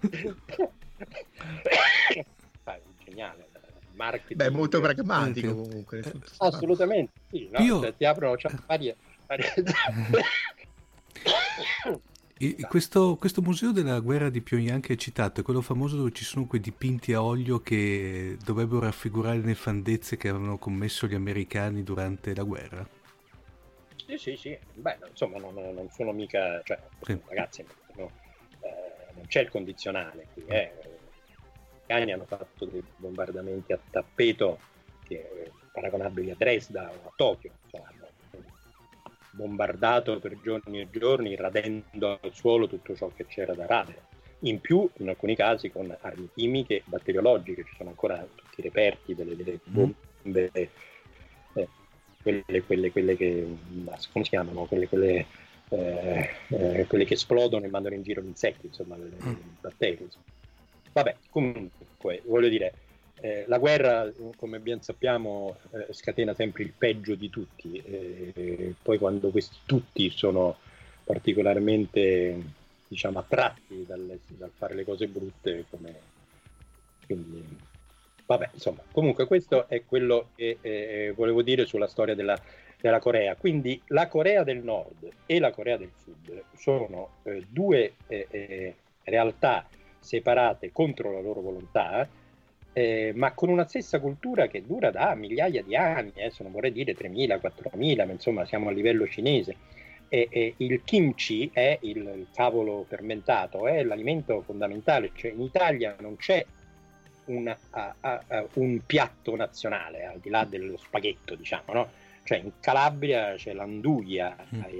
Geniale. Marketing. Beh, molto pragmatico comunque. Assolutamente sì, no? Ti aprono varie... Questo museo della guerra di Pyongyang che hai citato è quello famoso dove ci sono quei dipinti a olio che dovrebbero raffigurare le nefandezze che avevano commesso gli americani durante la guerra? Sì. Beh, insomma, non sono mica, cioè, ragazzi, non c'è il condizionale qui, Gli americani hanno fatto dei bombardamenti a tappeto paragonabili a Dresda o a Tokyo, cioè, hanno bombardato per giorni e giorni, radendo al suolo tutto ciò che c'era da radere. In più, in alcuni casi, con armi chimiche, batteriologiche. Ci sono ancora tutti i reperti delle bombe, quelle che, come si chiamano? Quelle che esplodono e mandano in giro gli insetti, insomma, i batteri. Insomma. Vabbè, comunque, voglio dire, la guerra, come ben sappiamo, scatena sempre il peggio di tutti, poi quando questi tutti sono particolarmente, diciamo, attratti dal fare le cose brutte, quindi vabbè, insomma, comunque questo è quello che volevo dire sulla storia della Corea. Quindi la Corea del Nord e la Corea del Sud sono due realtà separate contro la loro volontà, ma con una stessa cultura che dura da migliaia di anni, adesso non vorrei dire 3.000, 4.000, ma insomma siamo a livello cinese. Il kimchi è il cavolo fermentato, è l'alimento fondamentale, cioè in Italia non c'è un piatto nazionale al di là dello spaghetto, diciamo, no? Cioè in Calabria c'è l'anduia,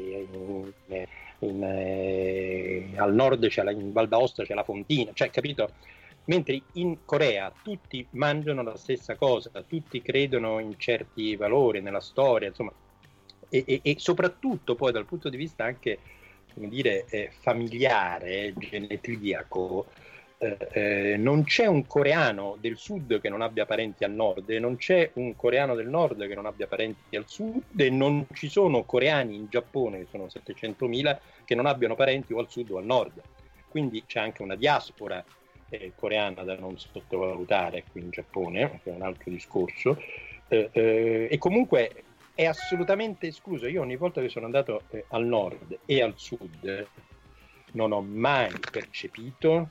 al nord in Val d'Aosta c'è la fontina, cioè, capito? Mentre in Corea tutti mangiano la stessa cosa, tutti credono in certi valori, nella storia, insomma, e soprattutto poi dal punto di vista anche, come dire, familiare, genetriaco, non c'è un coreano del sud che non abbia parenti al nord, e non c'è un coreano del nord che non abbia parenti al sud, e non ci sono coreani in Giappone, che sono 700.000, che non abbiano parenti o al sud o al nord. Quindi c'è anche una diaspora coreana da non sottovalutare qui in Giappone, che è un altro discorso, e comunque è assolutamente escluso. Io ogni volta che sono andato al nord e al sud non ho mai percepito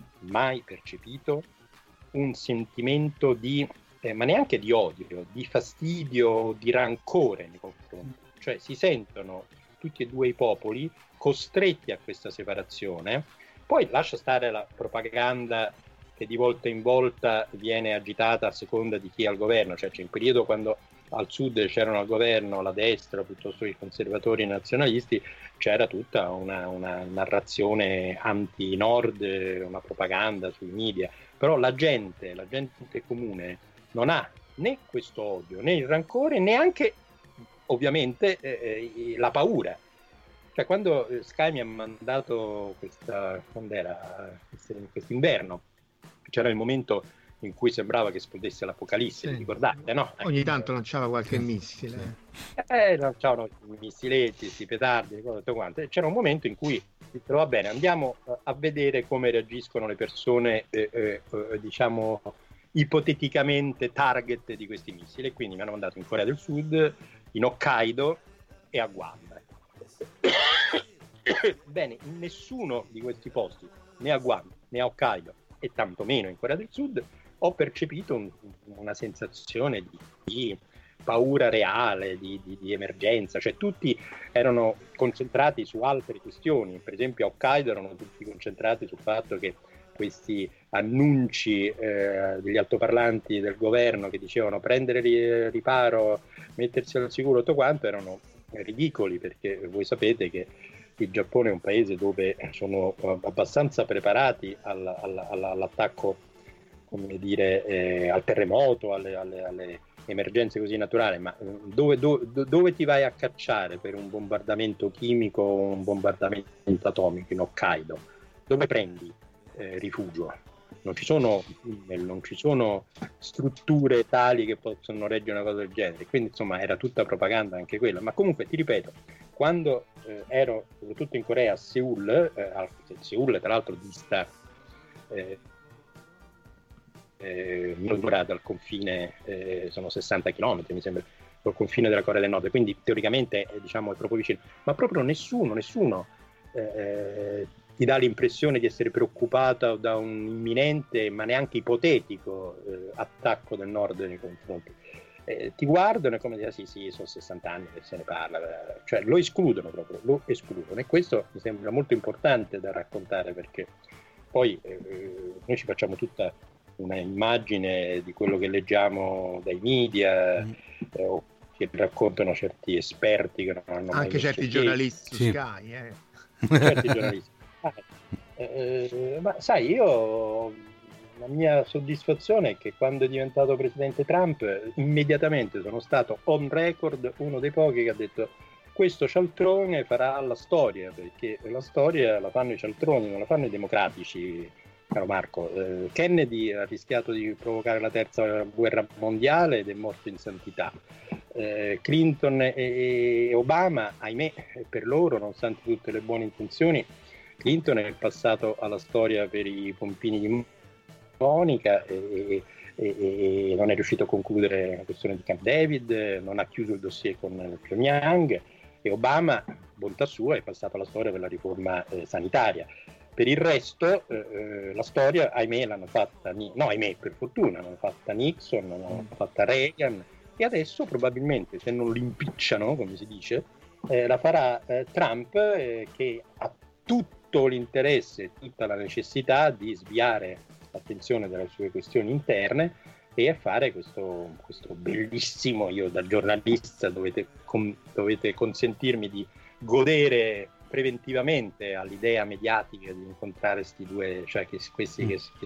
un sentimento di, ma neanche di odio, di fastidio, di rancore nei confronti. Cioè si sentono tutti e due i popoli costretti a questa separazione. Poi lascia stare la propaganda che di volta in volta viene agitata a seconda di chi è al governo, cioè c'è un periodo quando al sud c'erano al governo la destra piuttosto che i conservatori nazionalisti, c'era tutta una narrazione anti-nord, una propaganda sui media, però la gente comune non ha né questo odio, né il rancore, neanche ovviamente la paura. Cioè quando Sky mi ha mandato quest'inverno, c'era il momento in cui sembrava che esplodesse l'Apocalisse, ricordate, no? Ogni tanto lanciava qualche missile. Lanciavano i missiletti, questi petardi, tutto quanto. C'era un momento in cui dicevo, va bene, andiamo a vedere come reagiscono le persone, diciamo, ipoteticamente target di questi missili. E quindi mi hanno mandato in Corea del Sud, in Hokkaido e a Guam. Bene, in nessuno di questi posti, né a Guam né a Hokkaido e tantomeno in Corea del Sud, ho percepito una sensazione di paura reale, di emergenza. Cioè tutti erano concentrati su altre questioni. Per esempio a Hokkaido erano tutti concentrati sul fatto che questi annunci degli altoparlanti del governo che dicevano prendere riparo, mettersi al sicuro, tutto quanto, erano ridicoli, perché voi sapete che il Giappone è un paese dove sono abbastanza preparati all'attacco, come dire, al terremoto, alle emergenze così naturali, ma dove ti vai a cacciare per un bombardamento chimico o un bombardamento atomico in Hokkaido? Dove prendi rifugio? Non ci sono strutture tali che possono reggere una cosa del genere, quindi insomma era tutta propaganda anche quella. Ma comunque ti ripeto, quando ero soprattutto in Corea, a Seoul tra l'altro dista dal confine, sono 60 km mi sembra, col confine della Corea del Nord, quindi teoricamente diciamo è proprio vicino, ma proprio nessuno ti dà l'impressione di essere preoccupata da un imminente, ma neanche ipotetico attacco del nord nei confronti. Ti guardano e come dire sì, sono 60 anni che se ne parla, cioè lo escludono, e questo mi sembra molto importante da raccontare, perché poi noi ci facciamo tutta una immagine di quello che leggiamo dai media o che raccontano certi esperti che non hanno mai anche certi giornalisti su Sky, certi giornalisti. Ma sai, la mia soddisfazione è che quando è diventato presidente Trump immediatamente sono stato on record uno dei pochi che ha detto questo cialtrone farà la storia, perché la storia la fanno i cialtroni, non la fanno i democratici, caro Marco. Kennedy ha rischiato di provocare la terza guerra mondiale ed è morto in santità. Clinton e Obama, ahimè, per loro, nonostante tutte le buone intenzioni, Clinton è passato alla storia per i pompini di Monica e non è riuscito a concludere la questione di Camp David, non ha chiuso il dossier con Pyongyang, e Obama, bontà sua, è passato alla storia per la riforma sanitaria. Per il resto la storia, ahimè, l'hanno fatta, per fortuna, l'hanno fatta Nixon, l'hanno fatta Reagan, e adesso probabilmente, se non l'impicciano, come si dice, la farà Trump, che ha tutto l'interesse, tutta la necessità di sviare l'attenzione dalle sue questioni interne e a fare questo bellissimo, io da giornalista dovete consentirmi di godere preventivamente all'idea mediatica di incontrare questi due, cioè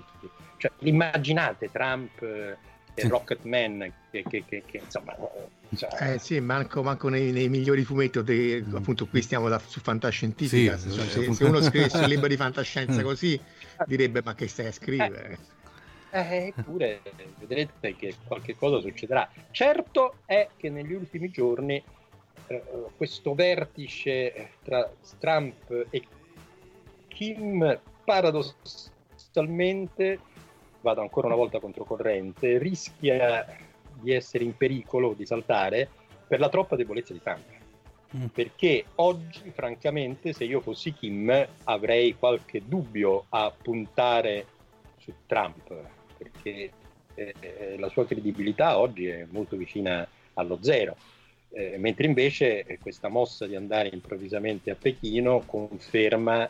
immaginate Trump e Rocketman che insomma Cioè... sì, manco nei migliori fumetti, appunto qui stiamo su fantascientifica, sì, se uno scrivesse un libro di fantascienza così direbbe ma che stai a scrivere? Eppure vedrete che qualche cosa succederà. Certo è che negli ultimi giorni questo vertice tra Trump e Kim paradossalmente, vado ancora una volta controcorrente, rischia di essere in pericolo, di saltare per la troppa debolezza di Trump. Perché oggi, francamente, se io fossi Kim, avrei qualche dubbio a puntare su Trump, perché la sua credibilità oggi è molto vicina allo zero, mentre invece questa mossa di andare improvvisamente a Pechino conferma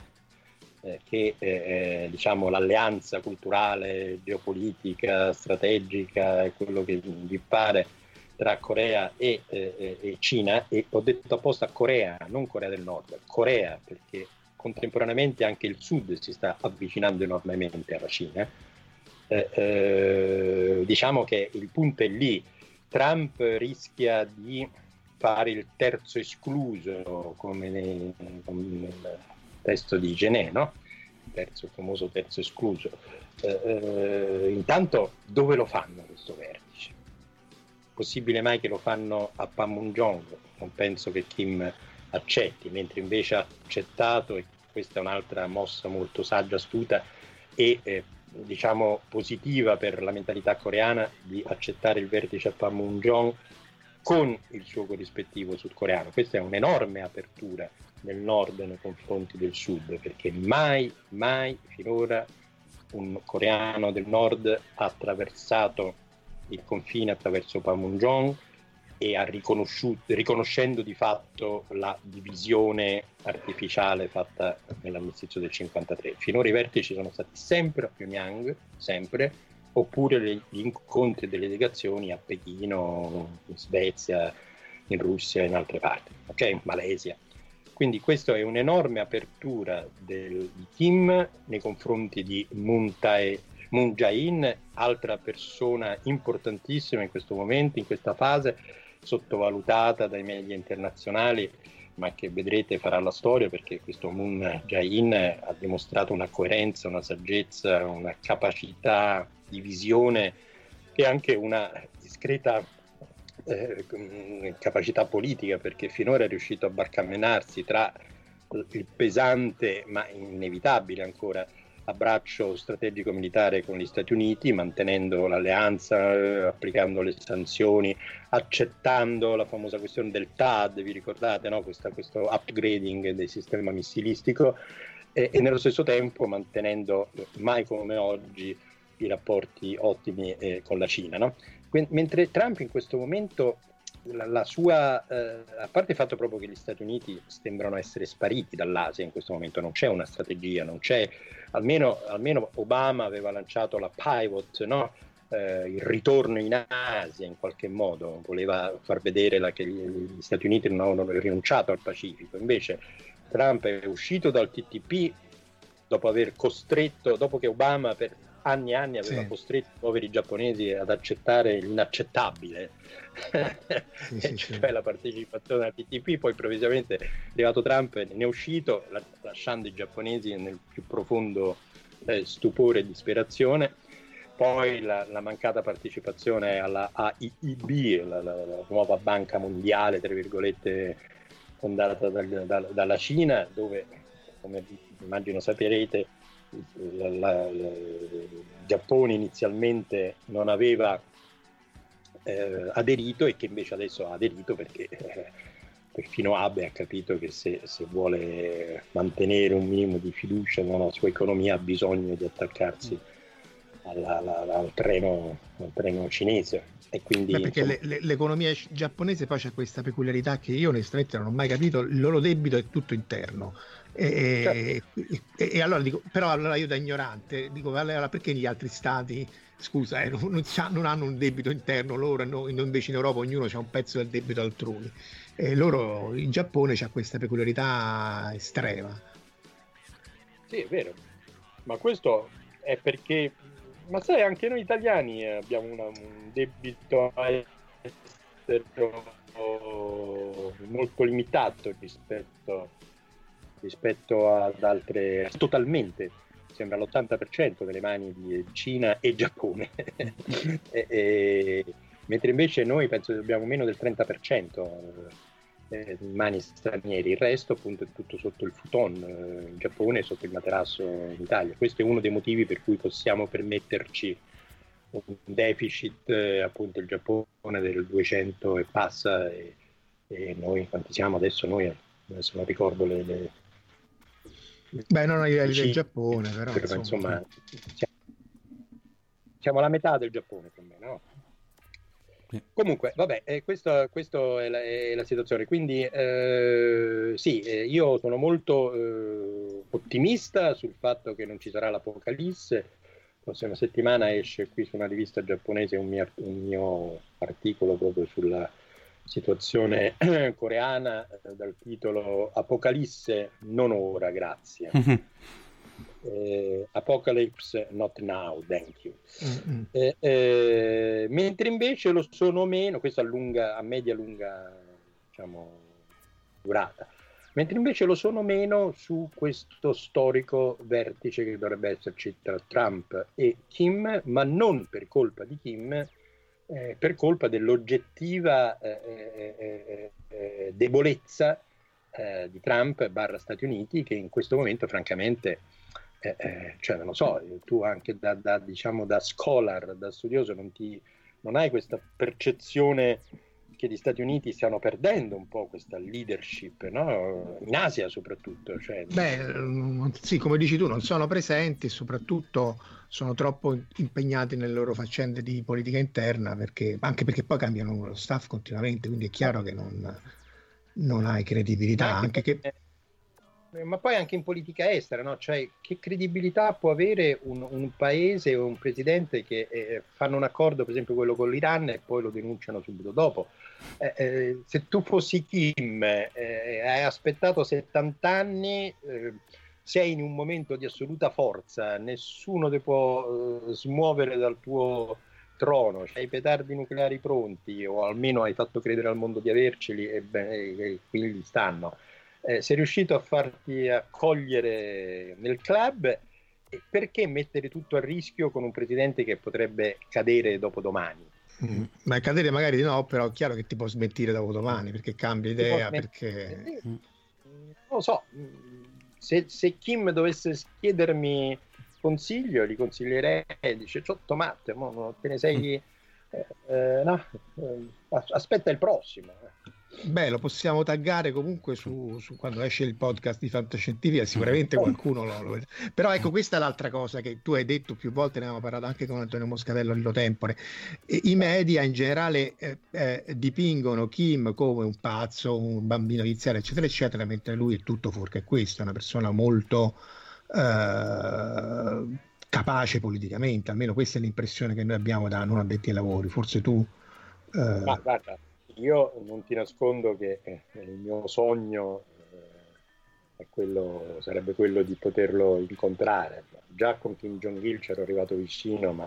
che diciamo l'alleanza culturale, geopolitica, strategica, quello che vi pare tra Corea e Cina, e ho detto apposta Corea, non Corea del Nord, Corea, perché contemporaneamente anche il Sud si sta avvicinando enormemente alla Cina. Diciamo che il punto è lì. Trump rischia di fare il terzo escluso, come nel testo di Genet, no? Il famoso terzo escluso. Intanto dove lo fanno questo vertice? Possibile mai che lo fanno a Panmunjom? Non penso che Kim accetti, mentre invece ha accettato, e questa è un'altra mossa molto saggia, astuta e diciamo positiva per la mentalità coreana, di accettare il vertice a Panmunjom con il suo corrispettivo sudcoreano. Questa è un'enorme apertura del nord nei confronti del sud, perché mai finora un coreano del nord ha attraversato il confine attraverso Panmunjom e ha riconoscendo di fatto la divisione artificiale fatta nell'armistizio del 1953. Finora i vertici sono stati sempre a Pyongyang, sempre, oppure gli incontri delle delegazioni a Pechino, in Svezia, in Russia e in altre parti, ok? In Malesia. Quindi questa è un'enorme apertura di Kim nei confronti di Moon Jae-in, altra persona importantissima in questo momento, in questa fase, sottovalutata dai media internazionali, ma che vedrete farà la storia, perché questo Moon Jae-in ha dimostrato una coerenza, una saggezza, una capacità di visione e anche una discreta capacità politica, perché finora è riuscito a barcamenarsi tra il pesante ma inevitabile ancora abbraccio strategico militare con gli Stati Uniti, mantenendo l'alleanza, applicando le sanzioni, accettando la famosa questione del THAAD, vi ricordate, no? Questo upgrading del sistema missilistico, e nello stesso tempo mantenendo mai come oggi i rapporti ottimi con la Cina, no? Mentre Trump in questo momento, la sua, a parte il fatto proprio che gli Stati Uniti sembrano essere spariti dall'Asia in questo momento, non c'è una strategia, non c'è, almeno Obama aveva lanciato la pivot, no? Il ritorno in Asia in qualche modo, voleva far vedere che gli Stati Uniti non avevano rinunciato al Pacifico. Invece Trump è uscito dal TTP dopo che Obama per anni e anni aveva costretto i poveri giapponesi ad accettare l'inaccettabile, cioè la partecipazione al TTP. Poi improvvisamente è arrivato Trump e ne è uscito, lasciando i giapponesi nel più profondo stupore e disperazione. Poi la mancata partecipazione alla AIIB, la nuova banca mondiale, tra virgolette, fondata dalla Cina, dove, come immagino saprete, il Giappone inizialmente non aveva aderito, e che invece adesso ha aderito perché perfino Abe ha capito che se vuole mantenere un minimo di fiducia nella sua economia ha bisogno di attaccarsi al treno cinese. E quindi, perché l'economia giapponese poi c'è questa peculiarità che io onestamente non ho mai capito. Il loro debito è tutto interno. E allora dico, però allora io da ignorante dico, allora perché gli altri stati, scusa, non hanno un debito interno loro, invece in Europa ognuno ha un pezzo del debito altrui, e loro, in Giappone c'ha questa peculiarità estrema. Sì, è vero, ma questo è perché, ma sai, anche noi italiani abbiamo un debito molto limitato rispetto ad altre, totalmente, sembra l'80% delle mani di Cina e Giappone. Mentre invece noi penso che abbiamo meno del 30% mani stranieri, il resto appunto è tutto sotto il futon, in Giappone e sotto il materasso in Italia. Questo è uno dei motivi per cui possiamo permetterci un deficit, appunto il Giappone del 200 e passa, e noi quanti siamo adesso? Noi adesso non ricordo le beh, non ai livelli del Giappone, però insomma siamo alla metà del Giappone più o meno, no? Comunque, vabbè, questa è la situazione. Quindi io sono molto ottimista sul fatto che non ci sarà l'apocalisse. La prossima settimana esce qui su una rivista giapponese un mio articolo proprio sulla situazione coreana, dal titolo Apocalisse non ora, grazie. Apocalypse not now, thank you. Mentre invece lo sono meno, questo a media lunga, diciamo, durata, mentre invece lo sono meno su questo storico vertice che dovrebbe esserci tra Trump e Kim, ma non per colpa di Kim, per colpa dell'oggettiva debolezza di Trump / Stati Uniti, che in questo momento francamente cioè non lo so, tu anche diciamo da scholar, da studioso, non hai questa percezione che gli Stati Uniti stiano perdendo un po' questa leadership, no? In Asia soprattutto. Cioè... sì, come dici tu, non sono presenti e soprattutto sono troppo impegnati nelle loro faccende di politica interna, anche perché poi cambiano lo staff continuamente, quindi è chiaro che non hai credibilità. Ma poi anche in politica estera, no? Cioè, che credibilità può avere un paese o un presidente che fanno un accordo, per esempio quello con l'Iran, e poi lo denunciano subito dopo? Se tu fossi Kim, hai aspettato 70 anni, sei in un momento di assoluta forza, nessuno ti può smuovere dal tuo trono, c'hai i petardi nucleari pronti, o almeno hai fatto credere al mondo di averceli, e quindi stanno. Sei riuscito a farti accogliere nel club, perché mettere tutto a rischio con un presidente che potrebbe cadere dopodomani? Ma cadere magari no, però è chiaro che ti può smentire dopodomani perché cambia idea, perché... Non lo so, se Kim dovesse chiedermi consiglio, gli consiglierei, dice ciotto Matte, non te ne sei... no, aspetta il prossimo. Beh, lo possiamo taggare comunque su quando esce il podcast di Fantascientifica, sicuramente qualcuno lo... Però ecco, questa è l'altra cosa che tu hai detto più volte, ne avevamo parlato anche con Antonio Moscatello a Lillo Tempore. I media in generale dipingono Kim come un pazzo, un bambino viziato, eccetera eccetera, mentre lui è tutto fuorché questo, è una persona molto capace politicamente, almeno questa è l'impressione che noi abbiamo da non addetti ai lavori. Forse tu... Ma guarda, io non ti nascondo che il mio sogno sarebbe quello di poterlo incontrare. Già con Kim Jong-il c'ero arrivato vicino, ma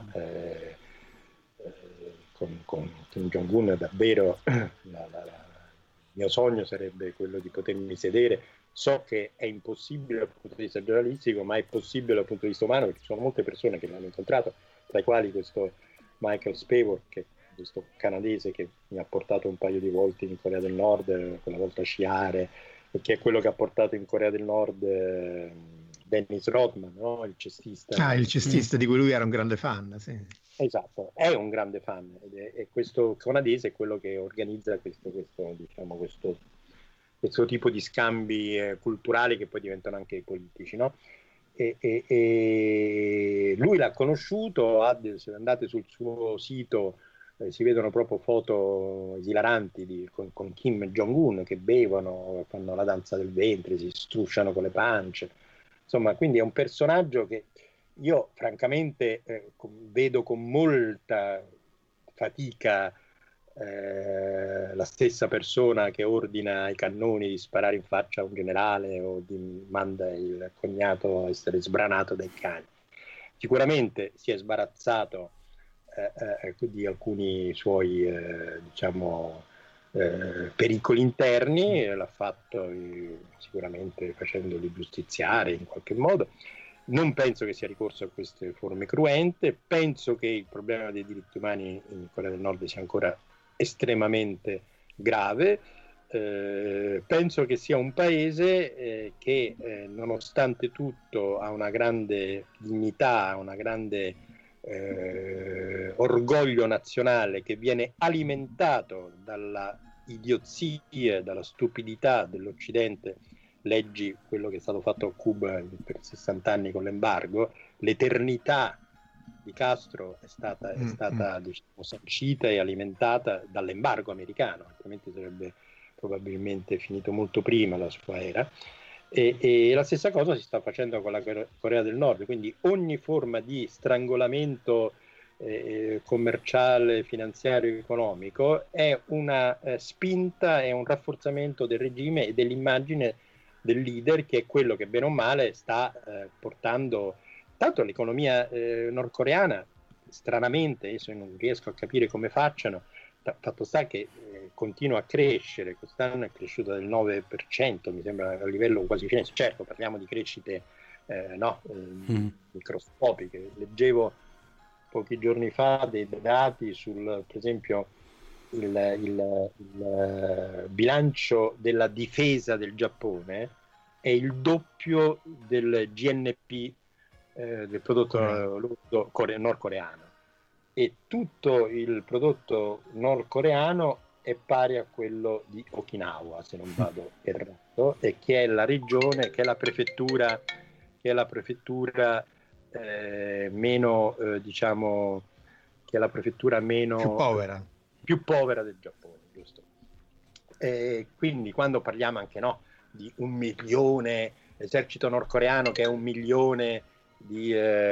con Kim Jong-un davvero il mio sogno sarebbe quello di potermi sedere. So che è impossibile dal punto di vista giornalistico, ma è possibile dal punto di vista umano, perché ci sono molte persone che l'hanno incontrato, tra i quali questo Michael Spavor, questo canadese che mi ha portato un paio di volte in Corea del Nord, quella volta a sciare, e che è quello che ha portato in Corea del Nord Dennis Rodman, no? Il cestista. Il cestista di cui lui era un grande fan, sì. Esatto, è un grande fan, e questo canadese è quello che organizza questo tipo di scambi culturali che poi diventano anche politici, no? E lui l'ha conosciuto, se andate sul suo sito si vedono proprio foto esilaranti con Kim Jong-un che bevono, fanno la danza del ventre, si strusciano con le pance, insomma, quindi è un personaggio che io francamente vedo con molta fatica la stessa persona che ordina ai cannoni di sparare in faccia a un generale o manda il cognato a essere sbranato dai cani. Sicuramente si è sbarazzato di alcuni suoi pericoli interni, l'ha fatto sicuramente facendoli giustiziare in qualche modo. Non penso che sia ricorso a queste forme cruente, penso che il problema dei diritti umani in Corea del Nord sia ancora estremamente grave. Penso che sia un paese che nonostante tutto ha una grande dignità, una grande orgoglio nazionale che viene alimentato dalla idiozia, dalla stupidità dell'Occidente. Leggi quello che è stato fatto a Cuba per 60 anni con l'embargo. L'eternità di Castro è stata diciamo, sancita e alimentata dall'embargo americano, altrimenti sarebbe probabilmente finito molto prima la sua era. E la stessa cosa si sta facendo con la Corea del Nord, quindi ogni forma di strangolamento commerciale, finanziario, economico è una spinta, è un rafforzamento del regime e dell'immagine del leader, che è quello che bene o male sta portando tanto l'economia nordcoreana, stranamente, io non riesco a capire come facciano, fatto sta che continua a crescere, quest'anno è cresciuta del 9%, mi sembra a livello quasi cinese. Certo, parliamo di crescite microscopiche. Leggevo pochi giorni fa dei dati sul, per esempio, il bilancio della difesa del Giappone è il doppio del GNP del prodotto nordcoreano, e tutto il prodotto nordcoreano è pari a quello di Okinawa, se non vado errato, e che è la regione, che è la prefettura meno diciamo, che è la prefettura meno più povera del Giappone, giusto? Quindi quando parliamo anche di 1 milione, l'esercito nordcoreano che è 1 milione di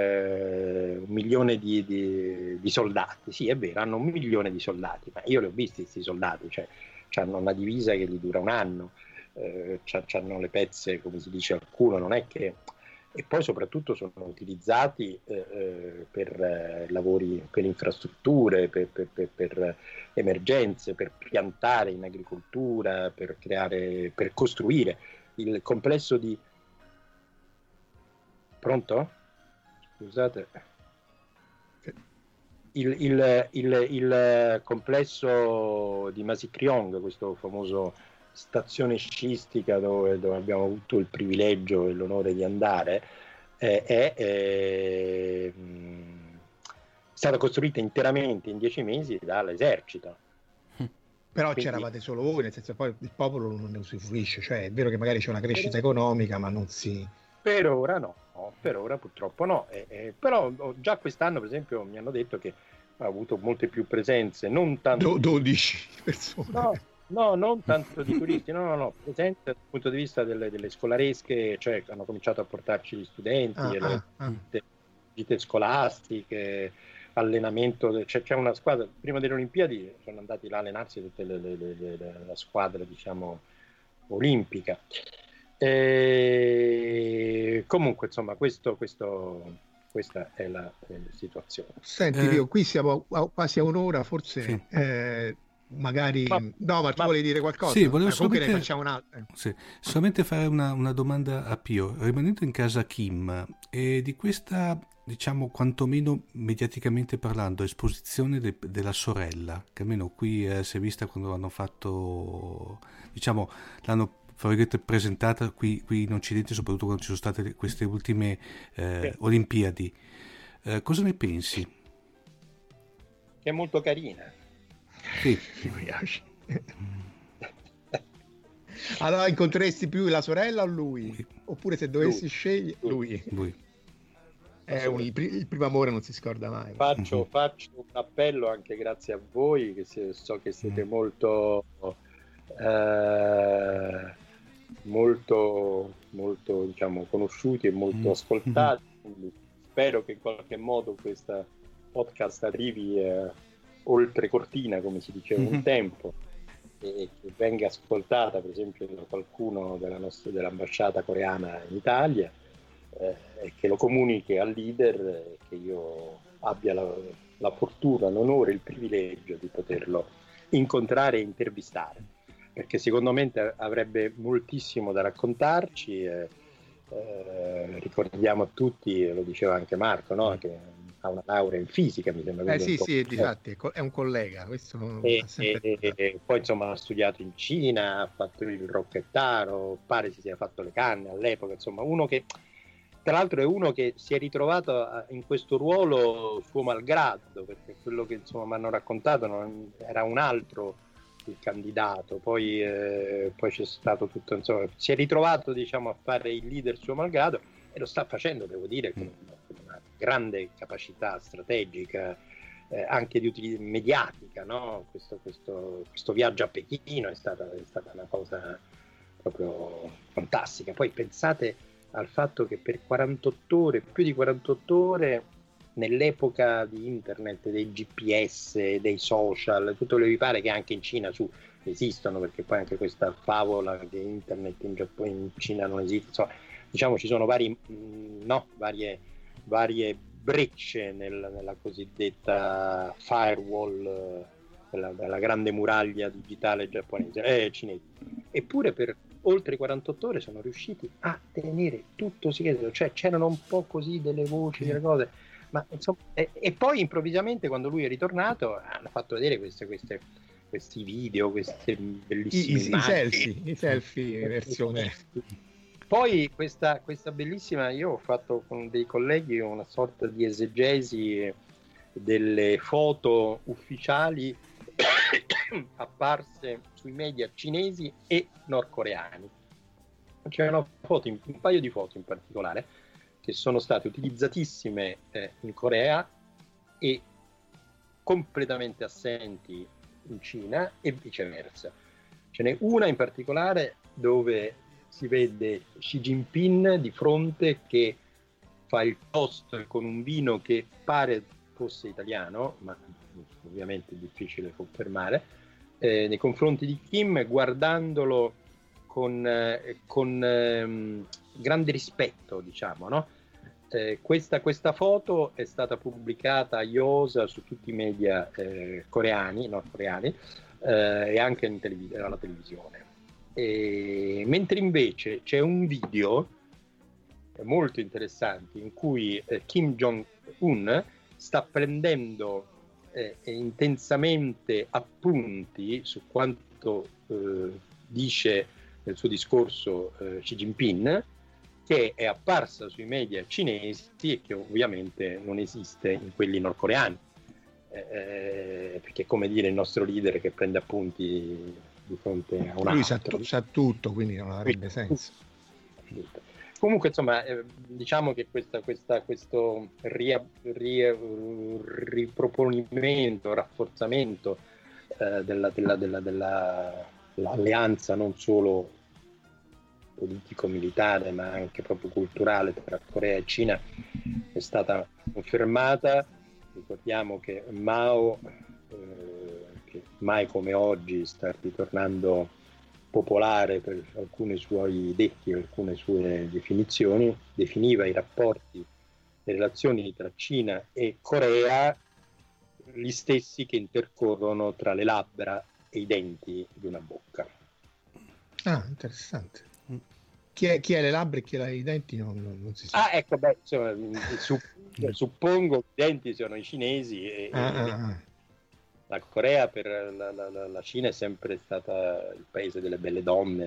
soldati, sì è vero, hanno 1 milione di soldati, ma io li ho visti questi soldati, cioè hanno una divisa che gli dura un anno, hanno le pezze, come si dice, al culo, non è che... E poi soprattutto sono utilizzati per lavori, per infrastrutture, per emergenze, per piantare in agricoltura, per creare, per costruire il complesso di... Pronto? Scusate. Il complesso di Masikryong, questo famoso stazione sciistica dove abbiamo avuto il privilegio e l'onore di andare, è stata costruita interamente in 10 mesi dall'esercito. Però quindi, c'eravate solo voi, nel senso poi il popolo non ne usufruisce, cioè è vero che magari c'è una crescita economica, ma non si... Per ora no, per ora purtroppo no, però già quest'anno per esempio mi hanno detto che ha avuto molte più presenze, non tanto... 12 persone. No, non tanto di turisti, no, presente dal punto di vista delle scolaresche, cioè hanno cominciato a portarci gli studenti, le gite scolastiche, allenamento, c'è una squadra, prima delle Olimpiadi sono andati là a allenarsi tutte la squadra, diciamo, olimpica. Comunque, insomma, questa è la situazione. Senti, Rio, qui siamo quasi a un'ora, forse... Sì. Magari ma tu volevi dire qualcosa? Sì, volevo solamente, ne facciamo un'altra. Sì, solamente fare una domanda a Pio, rimanendo in casa Kim, e di questa, diciamo, quantomeno mediaticamente parlando, esposizione della sorella, che almeno qui si è vista quando hanno fatto, diciamo, l'hanno presentata qui in Occidente, soprattutto quando ci sono state queste ultime Olimpiadi. Cosa ne pensi? Che è molto carina. Sì. Mi piace. Allora incontreresti più la sorella o lui? Oppure se dovessi scegliere lui. Il primo amore non si scorda mai. Faccio un appello anche grazie a voi, che so che siete molto diciamo conosciuti e molto ascoltati, quindi spero che in qualche modo questa podcast arrivi oltre cortina, come si diceva un tempo, e che venga ascoltata per esempio da qualcuno dell'ambasciata coreana in Italia, e che lo comunichi al leader, che io abbia la fortuna, l'onore, il privilegio di poterlo incontrare e intervistare, perché secondo me avrebbe moltissimo da raccontarci. Ricordiamo a tutti, lo diceva anche Marco, no? Che ha una laurea in fisica, mi sembra. Sì, difatti è un collega. Questo e poi insomma ha studiato in Cina, ha fatto il rocchettaro, pare si sia fatto le canne all'epoca, insomma uno che tra l'altro è uno che si è ritrovato in questo ruolo suo malgrado, perché quello che insomma mi hanno raccontato era un altro il candidato, poi c'è stato tutto, insomma, si è ritrovato, diciamo, a fare il leader suo malgrado, e lo sta facendo, devo dire, con una grande capacità strategica, anche di mediatica, no? Questo viaggio a Pechino è stata una cosa proprio fantastica. Poi pensate al fatto che per 48 ore, più di 48 ore, nell'epoca di internet, dei GPS, dei social, tutto quello che vi pare, che anche in Cina esistono, perché poi anche questa favola che internet in Giappone, in Cina non esiste, insomma, diciamo ci sono varie brecce nella cosiddetta firewall della grande muraglia digitale giapponese, cinese. Eppure per oltre 48 ore sono riusciti a tenere tutto segreto, cioè c'erano un po' così delle voci, delle cose, ma insomma, e poi improvvisamente quando lui è ritornato hanno fatto vedere questi video, queste bellissime immagini. I selfie in versione. Poi questa bellissima, io ho fatto con dei colleghi una sorta di esegesi delle foto ufficiali apparse sui media cinesi e nordcoreani. C'è un paio di foto in particolare che sono state utilizzatissime in Corea e completamente assenti in Cina e viceversa. Ce n'è una in particolare dove si vede Xi Jinping di fronte che fa il toast con un vino che pare fosse italiano, ma ovviamente è difficile confermare, nei confronti di Kim, guardandolo con grande rispetto, diciamo, no? Questa foto è stata pubblicata a Yosa su tutti i media nordcoreani, e anche alla televisione. Mentre invece c'è un video molto interessante in cui Kim Jong-un sta prendendo intensamente appunti su quanto dice nel suo discorso Xi Jinping, che è apparsa sui media cinesi e che ovviamente non esiste in quelli nordcoreani, perché è come dire il nostro leader che prende appunti di fronte a un altro. Lui sa tutto, quindi non avrebbe senso. Comunque, insomma, diciamo che questo riproponimento, rafforzamento dell'alleanza non solo politico-militare, ma anche proprio culturale tra Corea e Cina è stata confermata. Ricordiamo che Mao, che mai come oggi sta ritornando popolare per alcuni suoi detti, alcune sue definizioni, definiva i rapporti, le relazioni tra Cina e Corea gli stessi che intercorrono tra le labbra e i denti di una bocca. Ah, interessante. Chi è le labbra e chi ha i denti non si sa. Ah, ecco, beh, insomma, suppongo che i denti sono i cinesi e la Corea per la Cina è sempre stata il paese delle belle donne,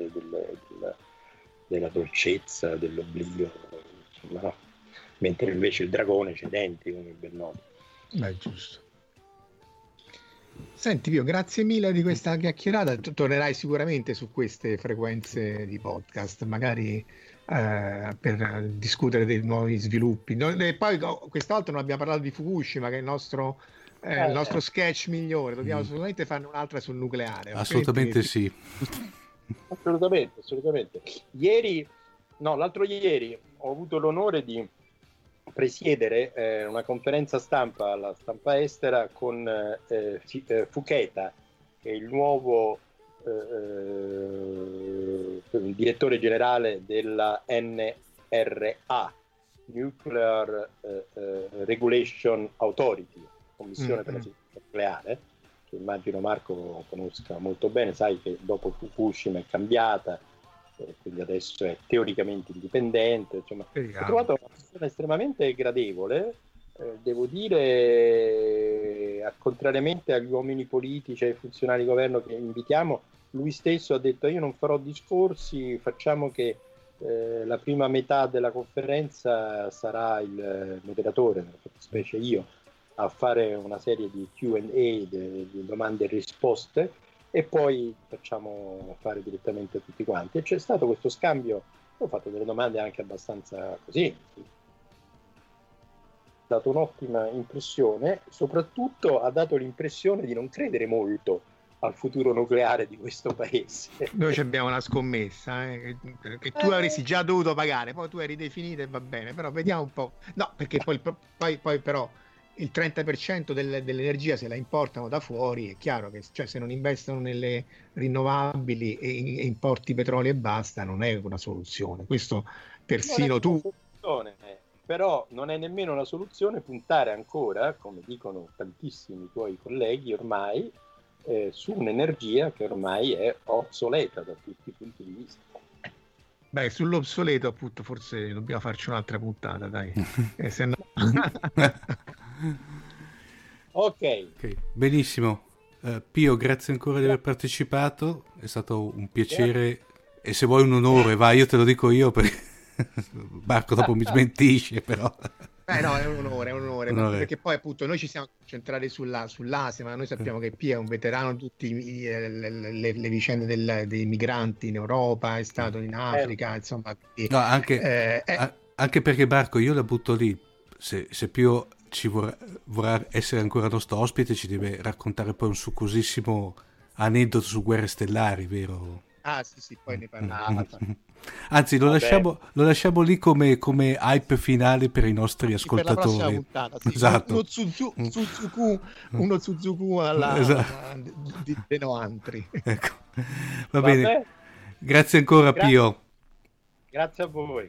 della dolcezza, dell'oblio, insomma, no? Mentre invece il dragone c'è i denti, come ben noto. Beh, giusto. Senti Pio, grazie mille di questa chiacchierata. Tu tornerai sicuramente su queste frequenze di podcast, magari per discutere dei nuovi sviluppi. E poi questa volta non abbiamo parlato di Fukushima, che è il nostro sketch migliore. Dobbiamo assolutamente farne un'altra sul nucleare. Assolutamente sì. Assolutamente. L'altro ieri ho avuto l'onore di presiedere una conferenza stampa alla stampa estera con Fuketa, che è il nuovo direttore generale della NRA, Nuclear Regulation Authority, Commissione per la sicurezza nucleare, che immagino Marco conosca molto bene, sai che dopo Fukushima è cambiata, quindi adesso è teoricamente indipendente, insomma, ho trovato una persona estremamente gradevole, devo dire, contrariamente agli uomini politici e ai funzionari di governo che invitiamo, lui stesso ha detto: io non farò discorsi, facciamo che la prima metà della conferenza sarà il moderatore, specie io, a fare una serie di Q&A, di domande e risposte, e poi facciamo fare direttamente a tutti quanti. E c'è stato questo scambio, ho fatto delle domande anche abbastanza così, ha dato un'ottima impressione, soprattutto ha dato l'impressione di non credere molto al futuro nucleare di questo paese. Noi abbiamo una scommessa che tu avresti già dovuto pagare, poi tu eri definito e va bene, però vediamo un po'. No, perché poi però il 30% dell'energia se la importano da fuori, è chiaro che, cioè, se non investono nelle rinnovabili e importi petrolio e basta, non è una soluzione. Questo persino tu. Però non è nemmeno una soluzione puntare ancora, come dicono tantissimi tuoi colleghi ormai, su un'energia che ormai è obsoleta da tutti i punti di vista. Beh, sull'obsoleto appunto forse dobbiamo farci un'altra puntata, dai. Se no... Ok, benissimo. Pio, grazie ancora di aver partecipato, è stato un piacere e se vuoi un onore, vai, io te lo dico io perché Marco dopo mi smentisce, però... no, è un onore. Perché poi appunto noi ci siamo concentrati sull'Asia, ma noi sappiamo che Pia è un veterano di tutte le vicende dei migranti in Europa, è stato in Africa, insomma. No, anche perché Marco, io la butto lì, se Pio ci vorrà essere ancora nostro ospite, ci deve raccontare poi un succosissimo aneddoto su Guerre Stellari, vero? Ah sì, poi ne parliamo. Anzi, lo lasciamo lì come hype finale per i nostri ascoltatori. Per la prossima puntata, sì. Esatto. Uno Suzuku alla di Benoantri. Ecco. Va bene. Grazie ancora, Pio. Grazie a voi.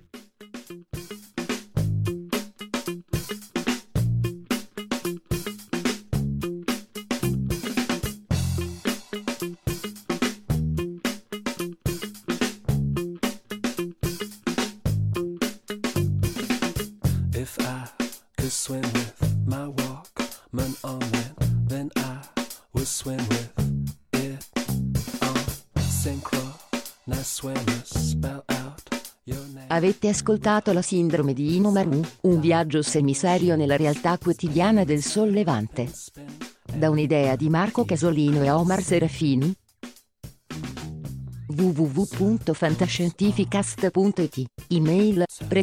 Swim with my Walkman on it, then I would swim with it on synchro. Now swimmers spell out your name. Avete ascoltato La Sindrome di Inomaru, un viaggio semiserio nella realtà quotidiana del Sollevante. Da un'idea di Marco Casolino e Omar Serafini. www.fantascientificast.it, email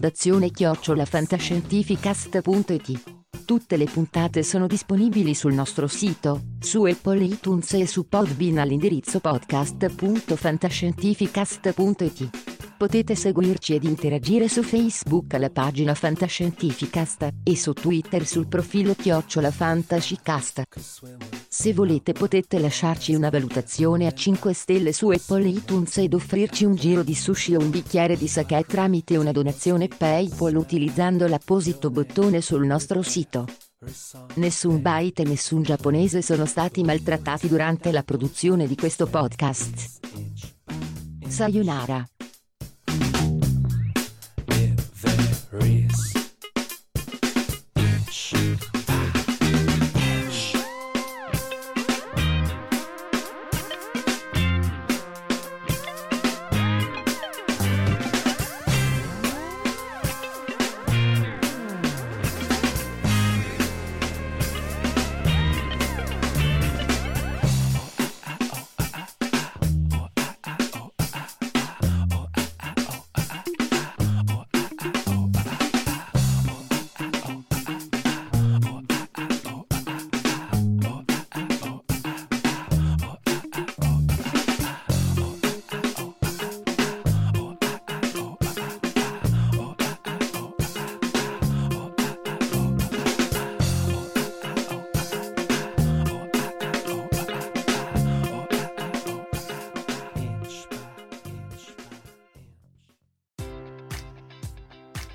redazione@fantascientificast.it. Tutte le puntate sono disponibili sul nostro sito, su Apple iTunes e su Podbean all'indirizzo podcast.fantascientificast.it. Potete seguirci ed interagire su Facebook alla pagina Fantascientificast e su Twitter sul profilo @fantascicast. Se volete potete lasciarci una valutazione a 5 stelle su Apple iTunes ed offrirci un giro di sushi o un bicchiere di sake tramite una donazione PayPal utilizzando l'apposito bottone sul nostro sito. Nessun byte e nessun giapponese sono stati maltrattati durante la produzione di questo podcast. Sayonara.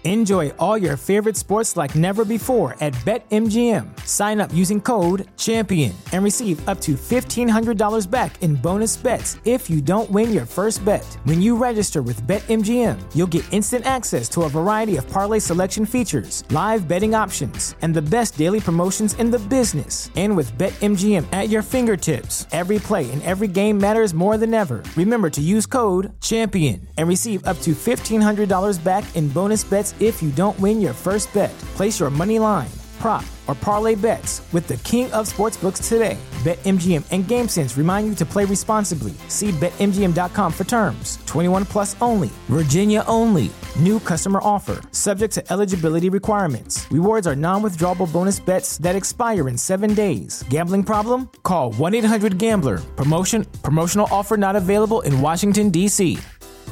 Enjoy all your favorite sports like never before at BetMGM. Sign up using code CHAMPION and receive up to $1,500 back in bonus bets if you don't win your first bet. When you register with BetMGM, you'll get instant access to a variety of parlay selection features, live betting options, and the best daily promotions in the business. And with BetMGM at your fingertips, every play and every game matters more than ever. Remember to use code CHAMPION and receive up to $1,500 back in bonus bets if you don't win your first bet. Place your money line, prop, or parlay bets with the king of sportsbooks today. BetMGM and GameSense remind you to play responsibly. See BetMGM.com for terms. 21 plus only. Virginia only. New customer offer. Subject to eligibility requirements. Rewards are non-withdrawable bonus bets that expire in 7 days. Gambling problem? Call 1-800-GAMBLER. Promotional offer not available in Washington, D.C.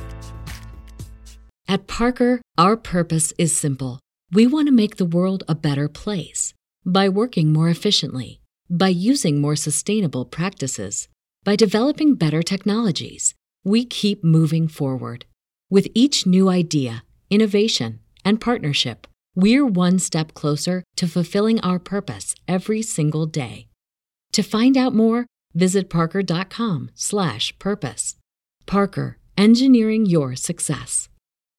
At Parker, our purpose is simple. We want to make the world a better place by working more efficiently, by using more sustainable practices, by developing better technologies. We keep moving forward. With each new idea, innovation, and partnership, we're one step closer to fulfilling our purpose every single day. To find out more, visit parker.com/purpose. Parker, engineering your success.